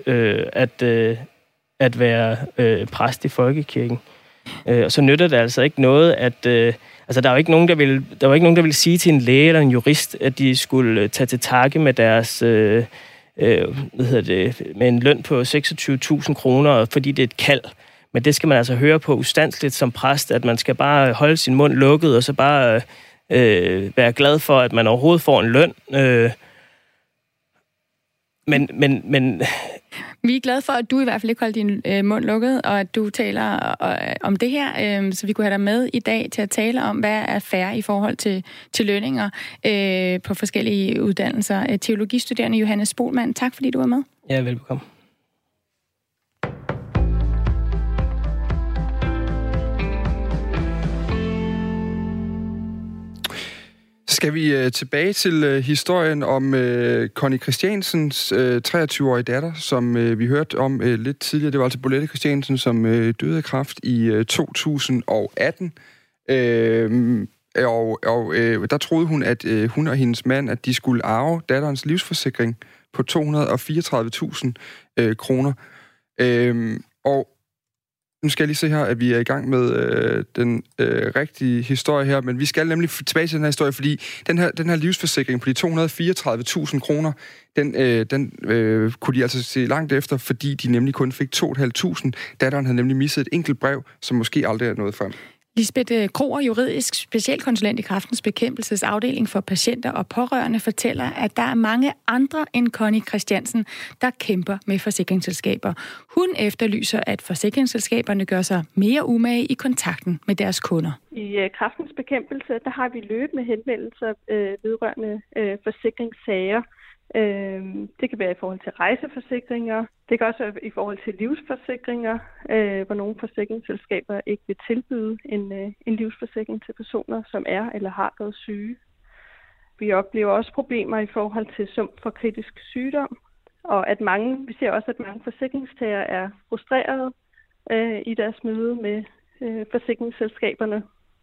at være præst i folkekirken. Og så nytter det altså ikke noget, Altså, der var ikke nogen, der ville sige til en læge eller en jurist, at de skulle tage til takke med deres med en løn på 26.000 kroner, fordi det er et kald. Men det skal man altså høre på ustandsligt som præst, at man skal bare holde sin mund lukket, og så bare være glad for, at man overhovedet får en løn. Men vi er glade for, at du i hvert fald ikke holder din mund lukket, og at du taler om det her, så vi kunne have dig med i dag til at tale om, hvad er fair i forhold til lønninger på forskellige uddannelser. Teologistuderende Johannes Spolman, tak fordi du var med. Ja, velbekomme. Skal vi tilbage til historien om Connie Christiansens 23-årige datter, som vi hørte om lidt tidligere. Det var altså Bolette Christiansen, som døde af kræft i 2018. Der troede hun, at hun og hendes mand, at de skulle arve datterens livsforsikring på 234.000 kroner. Og nu skal jeg lige se her, at vi er i gang med den rigtige historie her, men vi skal nemlig tilbage til den her historie, fordi den her livsforsikring på de 234.000 kroner, den kunne de altså se langt efter, fordi de nemlig kun fik 2.500. Datteren havde nemlig misset et enkelt brev, som måske aldrig er nået frem. Lisbeth Kroer, juridisk specialkonsulent i Kræftens Bekæmpelses afdeling for patienter og pårørende, fortæller, at der er mange andre end Connie Christiansen, der kæmper med forsikringsselskaber. Hun efterlyser, at forsikringsselskaberne gør sig mere umage i kontakten med deres kunder. I Kræftens Bekæmpelse, der har vi løbende henvendelser vedrørende forsikringssager. Det kan være i forhold til rejseforsikringer. Det kan også være i forhold til livsforsikringer, hvor nogle forsikringsselskaber ikke vil tilbyde en livsforsikring til personer, som er eller har været syge. Vi oplever også problemer i forhold til sum for kritisk sygdom, og vi ser også, at mange forsikringstagere er frustrerede i deres møde med forsikringsselskaberne.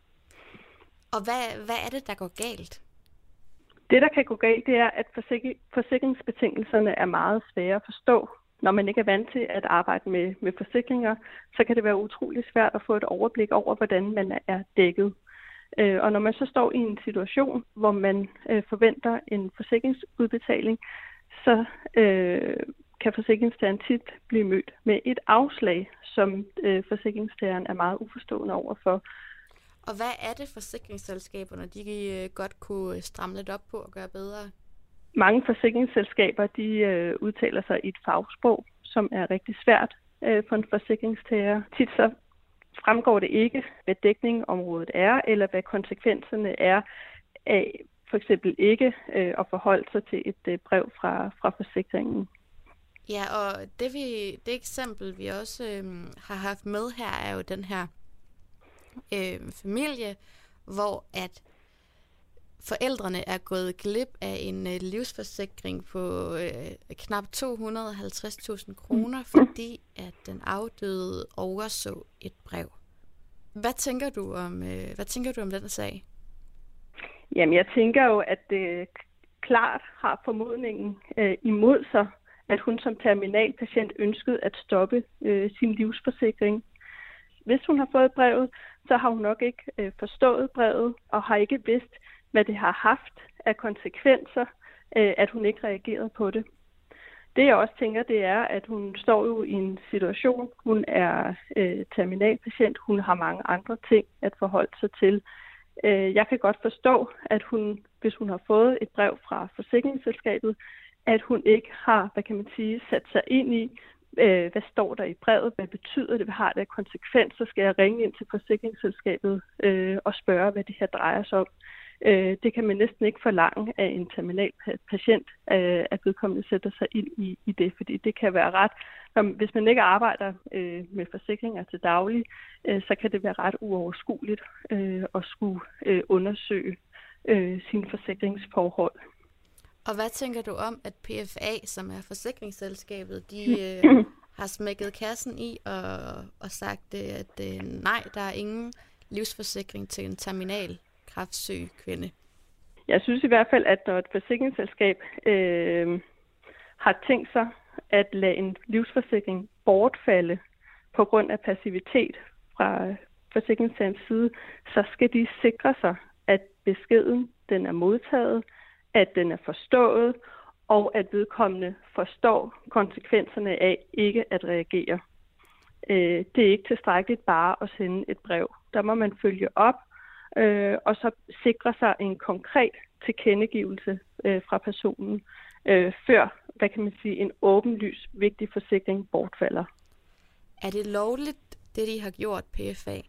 Og hvad er det, der går galt? Det, der kan gå galt, det er, at forsikringsbetingelserne er meget svære at forstå. Når man ikke er vant til at arbejde med forsikringer, så kan det være utrolig svært at få et overblik over, hvordan man er dækket. Og når man så står i en situation, hvor man forventer en forsikringsudbetaling, så kan forsikringstageren tit blive mødt med et afslag, som forsikringstageren er meget uforstående overfor. Og hvad er det forsikringsselskaberne, de godt kunne stramme lidt op på og gøre bedre? Mange forsikringsselskaber, de udtaler sig i et fagsprog, som er rigtig svært for en forsikringstager. Tit så fremgår det ikke, hvad dækningområdet er, eller hvad konsekvenserne er af for eksempel ikke at forholde sig til et brev fra forsikringen. Ja, og det eksempel, vi også har haft med her, er jo den her familie, hvor at forældrene er gået glip af en livsforsikring på knap 250.000 kroner, fordi at den afdøde overså et brev. Hvad tænker du om den sag? Jamen, jeg tænker jo, at det klart har formodningen imod sig, at hun som terminalpatient ønskede at stoppe sin livsforsikring. Hvis hun har fået brevet, så har hun nok ikke forstået brevet og har ikke vidst, hvad det har haft af konsekvenser, at hun ikke reagerede på det. Det jeg også tænker, det er, at hun står jo i en situation, hun er terminalpatient, hun har mange andre ting at forholde sig til. Jeg kan godt forstå, at hun, hvis hun har fået et brev fra forsikringsselskabet, at hun ikke har, sat sig ind i, hvad står der i brevet, hvad betyder det, hvad har det af konsekvenser, skal jeg ringe ind til forsikringsselskabet og spørge, hvad det her drejer sig om. Det kan man næsten ikke forlange af en terminalpatient, at vedkommende sætter sig ind i det, fordi det kan være ret, hvis man ikke arbejder med forsikringer til daglig, så kan det være ret uoverskueligt at skulle undersøge sine forsikringsforhold. Og hvad tænker du om, at PFA, som er forsikringsselskabet, de har smækket kassen i og sagt, at nej, der er ingen livsforsikring til en terminal kræftsyg kvinde? Jeg synes i hvert fald, at når et forsikringsselskab har tænkt sig at lade en livsforsikring bortfalde på grund af passivitet fra forsikringstagerens side, så skal de sikre sig, at beskeden den er modtaget, at den er forstået, og at vedkommende forstår konsekvenserne af ikke at reagere. Det er ikke tilstrækkeligt bare at sende et brev. Der må man følge op, og så sikre sig en konkret tilkendegivelse fra personen, før, en åbenlys vigtig forsikring bortfalder. Er det lovligt, det de har gjort, PFA?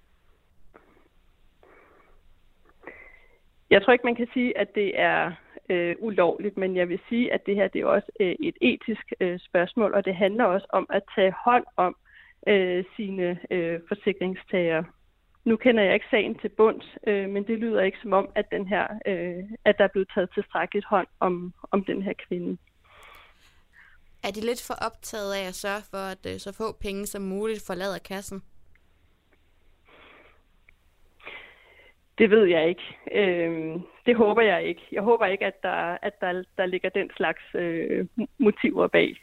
Jeg tror ikke, man kan sige, at det er ulovligt, men jeg vil sige, at det her det er også et etisk spørgsmål, og det handler også om at tage hånd om sine forsikringstagere. Nu kender jeg ikke sagen til bunds, men det lyder ikke som om, at at der er blevet taget tilstrækkeligt hånd om den her kvinde. Er de lidt for optaget af at sørge for, at så få penge som muligt forlader kassen? Det ved jeg ikke. Det håber jeg ikke. Jeg håber ikke, at der ligger den slags motiver bag.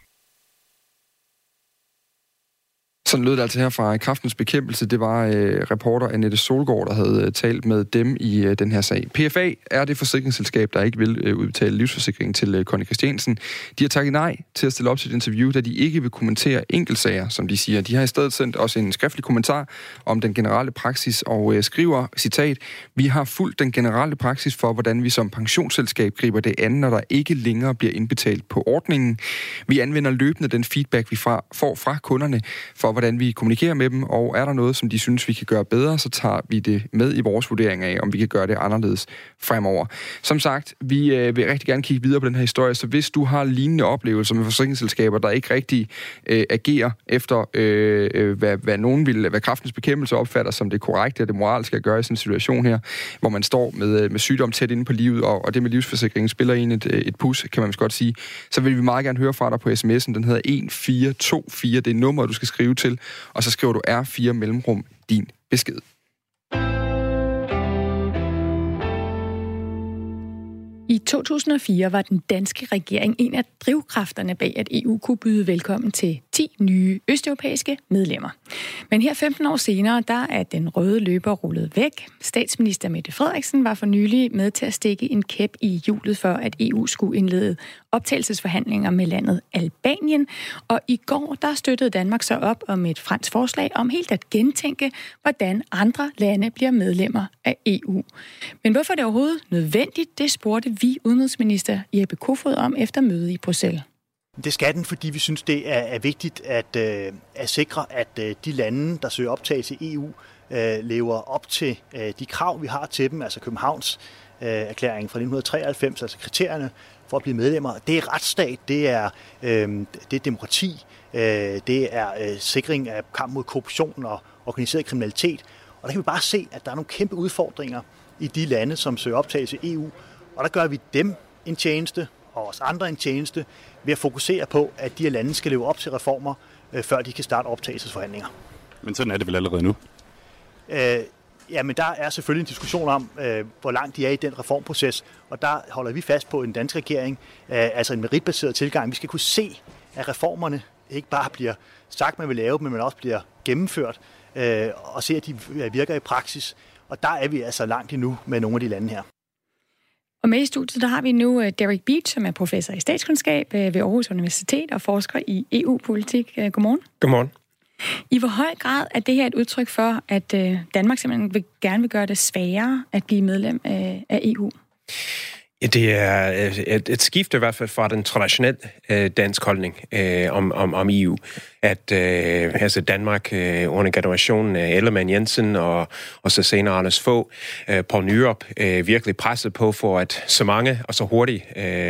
Sådan lød det altså her fra Kræftens Bekæmpelse. Det var reporter Annette Solgaard, der havde talt med dem i den her sag. PFA er det forsikringsselskab, der ikke vil udbetale livsforsikringen til Connie Christiansen. De har takket nej til at stille op til et interview, da de ikke vil kommentere enkeltsager, som de siger. De har i stedet sendt os en skriftlig kommentar om den generelle praksis og skriver, citat, vi har fulgt den generelle praksis for, hvordan vi som pensionsselskab griber det an, når der ikke længere bliver indbetalt på ordningen. Vi anvender løbende den feedback, vi får fra kunderne for, hvordan vi kommunikerer med dem, og er der noget, som de synes, vi kan gøre bedre, så tager vi det med i vores vurdering af, om vi kan gøre det anderledes fremover. Som sagt, vi vil rigtig gerne kigge videre på den her historie, så hvis du har lignende oplevelser med forsikringsselskaber, der ikke rigtig agerer efter, hvad Kræftens Bekæmpelse opfatter som det korrekte og det moralske at gøre i sådan en situation her, hvor man står med sygdom tæt inde på livet, og det med livsforsikringen spiller en et pus, kan man godt sige, så vil vi meget gerne høre fra dig på sms'en. Den hedder 1424. Det er nummeret, du skal skrive til, og så skriver du R4 mellemrum din besked. I 2004 var den danske regering en af drivkræfterne bag, at EU kunne byde velkommen til 10 nye østeuropæiske medlemmer. Men her 15 år senere, der er den røde løber rullet væk. Statsminister Mette Frederiksen var for nylig med til at stikke en kæp i hjulet for, at EU skulle indlede optagelsesforhandlinger med landet Albanien. Og i går, der støttede Danmark så op om et fransk forslag om helt at gentænke, hvordan andre lande bliver medlemmer af EU. Men hvorfor er det overhovedet nødvendigt, det spurgte vi udenrigsminister Jeppe Kofod om efter mødet i Bruxelles. Det skal den, fordi vi synes, det er vigtigt at sikre, at de lande, der søger optagelse i EU, lever op til de krav, vi har til dem, altså Københavns erklæringen fra 1993, altså kriterierne for at blive medlemmer. Det er retsstat, det er demokrati, det er sikring af kamp mod korruption og organiseret kriminalitet. Og der kan vi bare se, at der er nogle kæmpe udfordringer i de lande, som søger optagelse i EU. Og der gør vi dem en tjeneste, og os andre en tjeneste, ved at fokusere på, at de her lande skal leve op til reformer, før de kan starte optagelsesforhandlinger. Men sådan er det vel allerede nu? Men der er selvfølgelig en diskussion om, hvor langt de er i den reformproces, og der holder vi fast på en dansk regering, altså en meritbaseret tilgang. Vi skal kunne se, at reformerne ikke bare bliver sagt, man vil lave, men man også bliver gennemført, og se, at de virker i praksis. Og der er vi altså langt endnu med nogle af de lande her. Og med i studiet, der har vi nu Derek Beach, som er professor i statskundskab ved Aarhus Universitet og forsker i EU-politik. Godmorgen. Godmorgen. I hvor høj grad er det her et udtryk for, at Danmark simpelthen gerne vil gøre det sværere at blive medlem af EU? Ja, det er et skift i hvert fald fra den traditionelle dansk holdning om EU. At altså Danmark under generationen af Ellemann Jensen og så senere Anders Fogh, Poul Nyrup virkelig presset på for at så mange og så hurtigt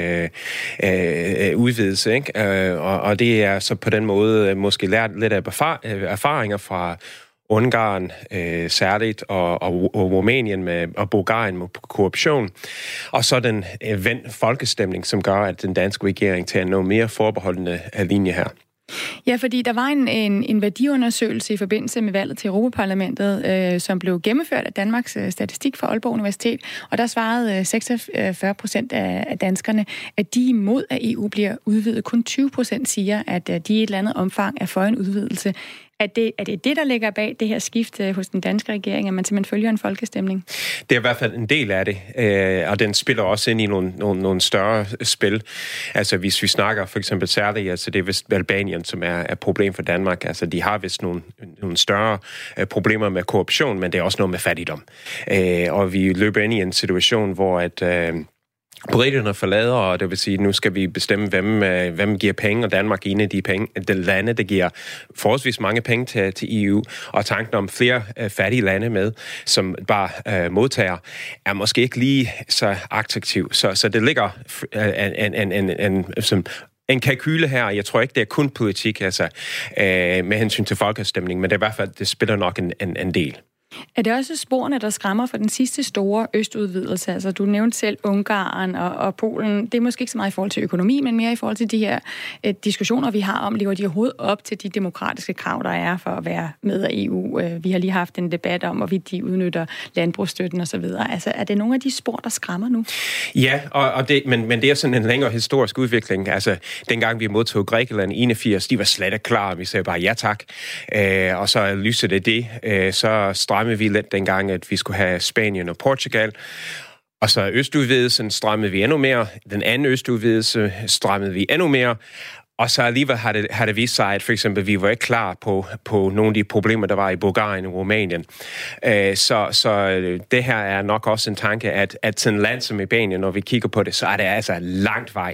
udvides. Ikke? Og det er så på den måde måske lært lidt af erfaringer fra Ungarn særligt, og Rumænien og Bulgarien med korruption. Og så den folkestemning, som gør, at den danske regering tager noget mere forbeholdende linje her. Ja, fordi der var en værdiundersøgelse i forbindelse med valget til Europaparlamentet, som blev gennemført af Danmarks Statistik fra Aalborg Universitet, og der svarede 46% af danskerne, at de imod, at EU bliver udvidet. Kun 20% siger, at de i et eller andet omfang er for en udvidelse. Er det, der ligger bag det her skift hos den danske regering, at man simpelthen følger en folkestemning? Det er i hvert fald en del af det, og den spiller også ind i nogle større spil. Altså hvis vi snakker for eksempel særligt, altså det er vist Albanien, som er et problem for Danmark. Altså de har vist nogle større problemer med korruption, men det er også noget med fattigdom. Og vi løber ind i en situation, hvor at briterne forlader, og det vil sige, at nu skal vi bestemme, hvem giver penge, og Danmark er en af de lande, der giver forholdsvis mange penge til EU, og tanken om flere fattige lande med, som bare modtager, er måske ikke lige så attraktiv. Så det ligger en kalkyle her. Jeg tror ikke, det er kun politik, altså med hensyn til folkestemning, men det er i hvert fald, det spiller nok en del. Er det også sporene, der skræmmer for den sidste store østudvidelse? Altså, du nævnte selv Ungarn og Polen. Det er måske ikke så meget i forhold til økonomi, men mere i forhold til de her diskussioner, vi har om, lever de overhovedet op til de demokratiske krav, der er for at være med af EU? Vi har lige haft en debat om, hvorvidt de udnytter landbrugsstøtten osv. Altså, er det nogle af de spor, der skræmmer nu? Ja, men det er sådan en længere historisk udvikling. Altså, dengang vi modtog Grækenland i 81, de var slet ikke klar. Vi sagde bare ja tak. Og så lyser det. Så strammede vi lidt dengang, at vi skulle have Spanien og Portugal. Og så østudvidelsen strammede vi endnu mere. Den anden østudvidelse strammede vi endnu mere. Og så alligevel har det vist sig, at for eksempel vi var ikke klar på nogle af de problemer, der var i Bulgarien og Rumænien. Så det her er nok også en tanke, at til en land som Albanien, når vi kigger på det, så er det altså langt vej.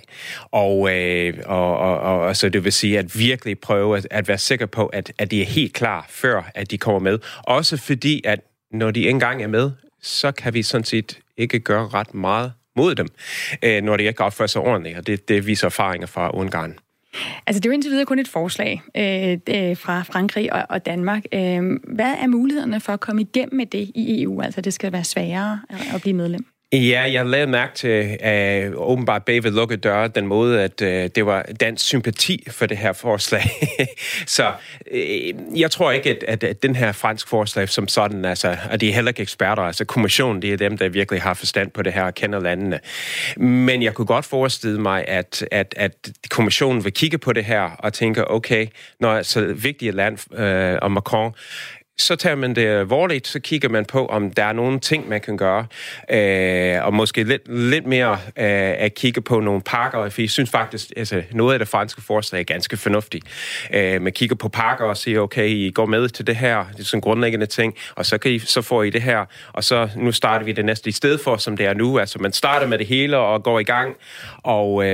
Og så det vil sige, at virkelig prøve at være sikker på, at de er helt klar, før at de kommer med. Også fordi, at når de engang er med, så kan vi sådan set ikke gøre ret meget mod dem, når de ikke opfører sig ordentligt. Og det viser erfaringer fra Ungarn. Altså, det er jo indtil videre kun et forslag fra Frankrig og Danmark. Hvad er mulighederne for at komme igennem med det i EU? Altså, det skal være sværere at blive medlem? Ja, jeg lavede mærke til åbenbart bag ved lukkede døre, den måde, at det var dansk sympati for det her forslag. Så jeg tror ikke, at den her fransk forslag som sådan, altså, og de er heller ikke eksperter, altså kommissionen, det er dem, der virkelig har forstand på det her og kender landene. Men jeg kunne godt forestille mig, at kommissionen vil kigge på det her og tænke, okay, når så vigtigt et land og Macron, så tager man det alvorligt, så kigger man på, om der er nogle ting, man kan gøre, og måske lidt mere at kigge på nogle pakker, for jeg synes faktisk, altså noget af det franske forslag er ganske fornuftigt. Man kigger på pakker og siger, okay, I går med til det her, det er sådan grundlæggende ting, og så får I det her, og så nu starter vi det næste i stedet for, som det er nu. Altså man starter med det hele og går i gang, og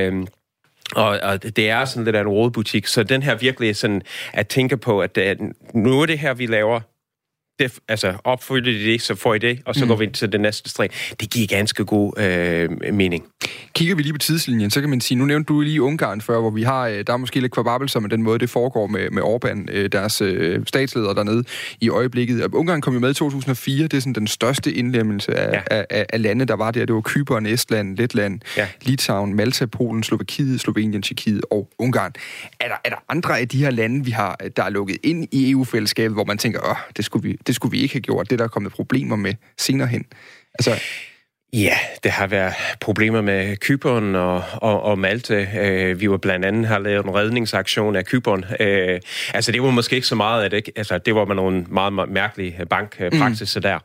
det er sådan lidt af en rådbutik, så den her virkelig sådan at tænke på, at nu er det her, vi laver, altså opfylder de det, så får I det, og så går vi til det næste stræk. Det giver ganske god mening. Kigger vi lige på tidslinjen, så kan man sige, nu nævnte du lige Ungarn før, hvor vi har, der er måske lidt kvababelser med den måde, det foregår med Orbán, deres statsleder dernede i øjeblikket. Ungarn kom jo med i 2004, det er sådan den største indlemmelse af lande, der var der. Det var Cypern, Estland, Letland, Litauen, Malta, Polen, Slovakiet, Slovenien, Tjekkiet og Ungarn. Er der andre af de her lande, der er lukket ind i EU-fællesskabet, hvor man tænker, det skulle vi ikke have gjort, det der er kommet problemer med senere hen? Altså... Ja, det har været problemer med Cypern og Malta. Vi var blandt andet har lavet en redningsaktion af Cypern. Altså det var måske ikke så meget af det. Altså det var med nogle meget mærkelige bankpraksiser der.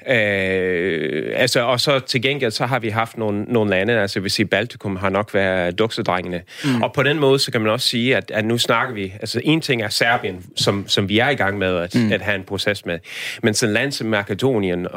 Altså og så til gengæld så har vi haft nogle lande. Altså hvis i Baltikum har nok været duksedrengene. Og på den måde så kan man også sige at nu snakker vi. Altså en ting er Serbien, som vi er i gang med at have en proces med. Men sådan land som Makedonien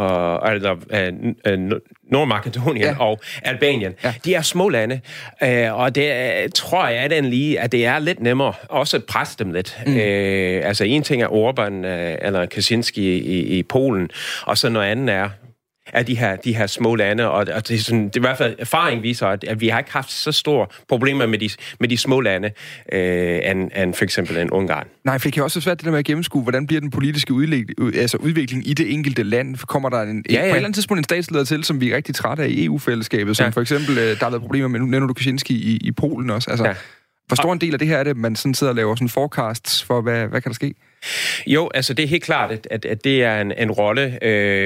og Nordmakedonien og Albanien. Ja. De er små lande, og det tror jeg at det er lidt nemmere også at presse dem lidt. Altså en ting er Orbán eller Kaczynski i Polen, og så noget andet er de her små lande, og det er sådan, det i hvert fald erfaring viser, at vi har ikke haft så store problemer med de små lande, end for eksempel en Ungarn. Nej, for det kan også være svært det der med at gennemskue, hvordan bliver den politiske udvikling i det enkelte land? Kommer der på et eller andet tidspunkt en statsleder til, som vi er rigtig trætte af i EU-fællesskabet, som for eksempel, der har været problemer med, nu nævner du Kaczynski i Polen også, altså... Hvor stor en del af det her er det, man sådan sidder og laver sådan forecasts for, hvad kan der ske? Jo, altså det er helt klart, at det er en rolle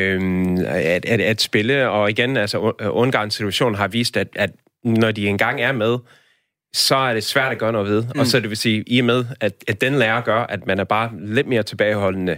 at spille, og igen, altså Ungarns situation har vist, at når de engang er med, så er det svært at gøre noget ved. Og så det vil sige, i og med, at den lærer gør, at man er bare lidt mere tilbageholdende,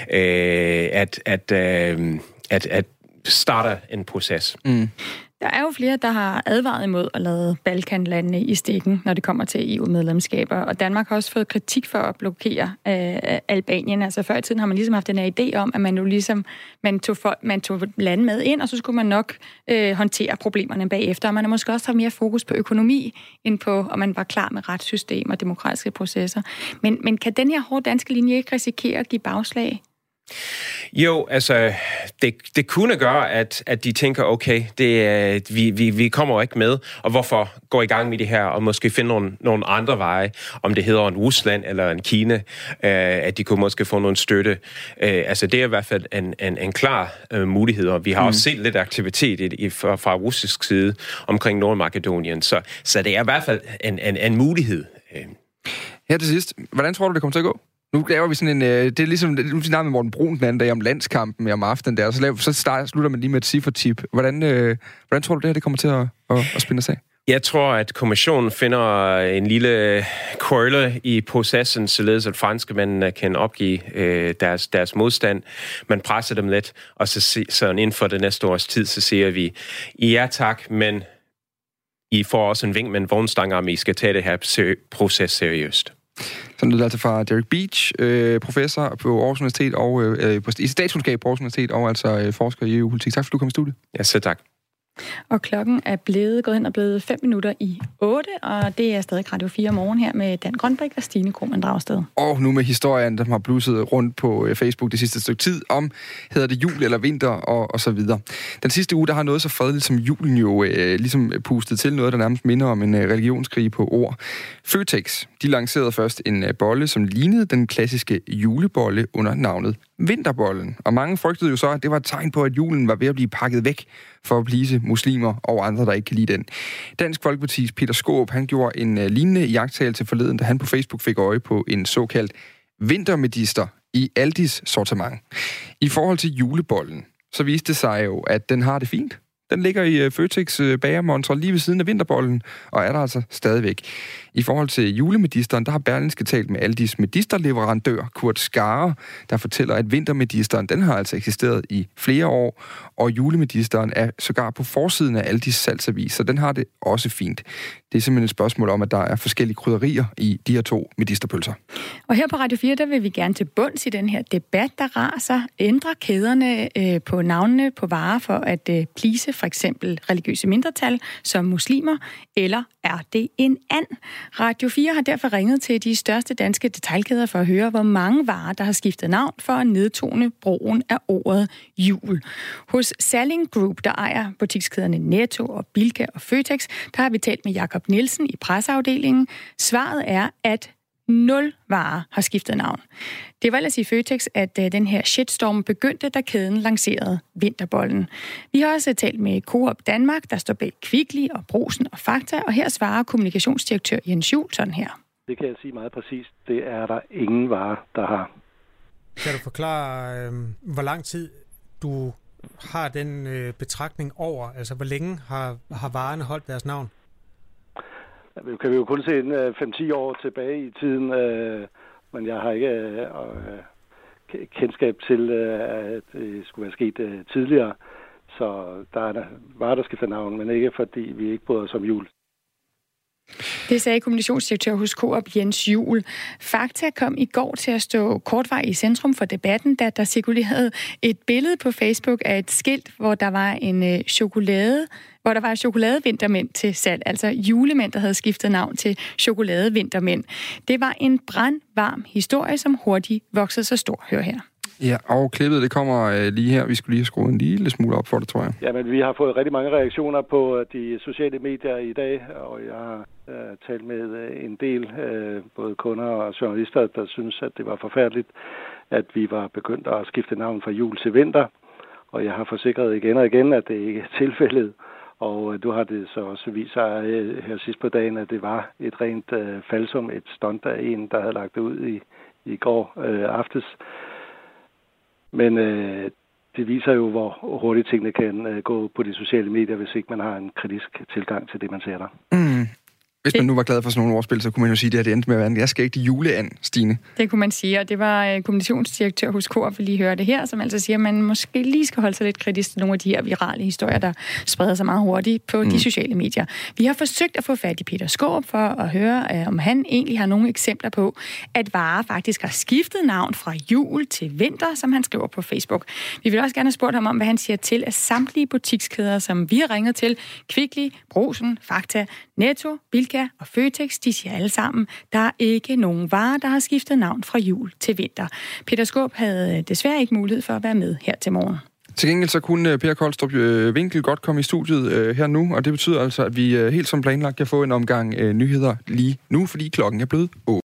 at starte en proces. Der er jo flere, der har advaret imod at lade Balkanlandene i stikken, når det kommer til EU-medlemskaber. Og Danmark har også fået kritik for at blokere Albanien. Altså før i tiden har man ligesom haft den her idé om, at man jo ligesom man tog lande med ind, og så skulle man nok håndtere problemerne bagefter. Og man har måske også haft mere fokus på økonomi, end på, om man var klar med retssystem og demokratiske processer. Men kan den her hårde danske linje ikke risikere at give bagslag? Jo, altså, det kunne gøre, at de tænker, okay, vi kommer ikke med, og hvorfor gå i gang med det her, og måske finde nogle andre veje, om det hedder en Rusland eller en Kina, at de kunne måske få nogle støtte. Altså, det er i hvert fald en klar mulighed, og vi har også set lidt aktivitet fra russisk side omkring Nordmakedonien, så det er i hvert fald en mulighed. Her til sidst, hvordan tror du, det kommer til at gå? Nu laver vi sådan en... det er ligesom... Nu snakker med Morten Brun den anden dag om landskampen om aftenen der, så slutter man lige med et ciffertip. Hvordan tror du, det her det kommer til at spinde sig af? Jeg tror, at kommissionen finder en lille krølle i processen, således at franskmændene kan opgive deres modstand. Man presser dem lidt, og så inden for det næste års tid, så siger vi, ja tak, men I får også en vink med en vognstang, om I skal tage det her proces seriøst. Sådan lyder altså fra Derek Beach, professor på Aarhus Universitet og i statskundskab på Aarhus Universitet, og altså forsker i EU-politik. Tak for, du kom i studiet. Ja, så tak. Og klokken er gået hen og blevet 5 minutter i 8, og det er stadig Radio 4 morgen her med Dan Grønbæk og Stine Krohmann Dragsted. Og nu med historien, der har blusset rundt på Facebook det sidste stykke tid, om hedder det jul eller vinter og så videre. Den sidste uge, der har noget så fredeligt som julen jo ligesom pustet til noget, der nærmest minder om en religionskrig på ord. Føtex, de lancerede først en bolle, som lignede den klassiske julebolle under navnet Vinterbollen. Og mange frygtede jo så, at det var et tegn på, at julen var ved at blive pakket væk for at please muslimer og andre, der ikke kan lide den. Dansk Folkepartis Peter Skaarup, han gjorde en lignende iagttagelse forleden, da han på Facebook fik øje på en såkaldt vintermedister i Aldis sortiment. I forhold til julebollen, så viste det sig jo, at den har det fint. Den ligger i Føtex bagermontre lige ved siden af vinterbollen, og er der altså stadigvæk. I forhold til julemedisteren, der har Berlingske talt med Aldis medisterleverandør Kurt Skare, der fortæller, at vintermedisteren, den har altså eksisteret i flere år, og julemedisteren er sågar på forsiden af Aldis salgsavis, så den har det også fint. Det er simpelthen et spørgsmål om, at der er forskellige krydderier i de her 2 medisterpølser. Og her på Radio 4, der vil vi gerne til bunds i den her debat, der raser. Ændre kæderne på navnene på varer for at please for eksempel religiøse mindretal som muslimer, eller er det en and? Radio 4 har derfor ringet til de største danske detailkæder for at høre, hvor mange varer, der har skiftet navn for at nedtone brugen af ordet jul. Hos Salling Group, der ejer butikskæderne Netto og Bilka og Føtex, der har vi talt med Jakob Nielsen i presseafdelingen. Svaret er, at 0 varer har skiftet navn. Det var ellers i Føtex, at den her shitstorm begyndte, da kæden lancerede Vinterbollen. Vi har også talt med Coop Danmark, der står bag Kvickly og Brugsen og Fakta, og her svarer kommunikationsdirektør Jens Juul sådan her. Det kan jeg sige meget præcist. Det er der ingen varer, der har. Kan du forklare, hvor lang tid du har den betragtning over? Altså, hvor længe har varerne holdt deres navn? Vi kan jo kun se 5-10 år tilbage i tiden, men jeg har ikke kendskab til, at det skulle være sket tidligere. Så der er varer, der skifter navn, men ikke fordi vi ikke bryder os om jul. Det sagde kommunikationsdirektør hos Coop Jens Juul. Fakta kom i går til at stå kortvej i centrum for debatten, da der cirkulerede et billede på Facebook af et skilt, hvor der var en chokoladevintermænd til salg, altså julemænd, der havde skiftet navn til chokoladevintermænd. Det var en brandvarm historie, som hurtigt voksede så stor. Hør her. Ja, og klippet, det kommer lige her. Vi skulle lige have skruet en lille smule op for det, tror jeg. Ja, men vi har fået rigtig mange reaktioner på de sociale medier i dag, og jeg har talt med en del, både kunder og journalister, der synes, at det var forfærdeligt, at vi var begyndt at skifte navn fra jul til vinter. Og jeg har forsikret igen og igen, at det ikke er tilfældet. Og nu har det så også vist sig her sidst på dagen, at det var et rent falsum, et stunt af en, der havde lagt det ud i går aftes. Men det viser jo, hvor hurtigt tingene kan gå på de sociale medier, hvis ikke man har en kritisk tilgang til det, man ser der. Hvis man nu var glad for sådan nogle ordspil, så kunne man jo sige, at det endte med at være jeg skal ikke de juleand, Stine. Det kunne man sige, og det var kommunikationsdirektør hos Coop, vi lige hørte her, som altså siger, at man måske lige skal holde sig lidt kritisk til nogle af de her virale historier, der spreder sig meget hurtigt på de sociale medier. Vi har forsøgt at få fat i Peter Skaarup for at høre, om han egentlig har nogle eksempler på, at varer faktisk har skiftet navn fra jul til vinter, som han skriver på Facebook. Vi vil også gerne have spurgt ham om, hvad han siger til, at samtlige butikskæder, som vi har ringet til, Kvickly, Brugsen, Fakta, Netto, Bilka og Føtex, de siger alle sammen, der er ikke nogen varer, der har skiftet navn fra jul til vinter. Peter Skaarup havde desværre ikke mulighed for at være med her til morgen. Til gengæld så kunne Per Kolstrup Winkel godt komme i studiet her nu, og det betyder altså, at vi helt som planlagt kan få en omgang nyheder lige nu, fordi klokken er blevet 8.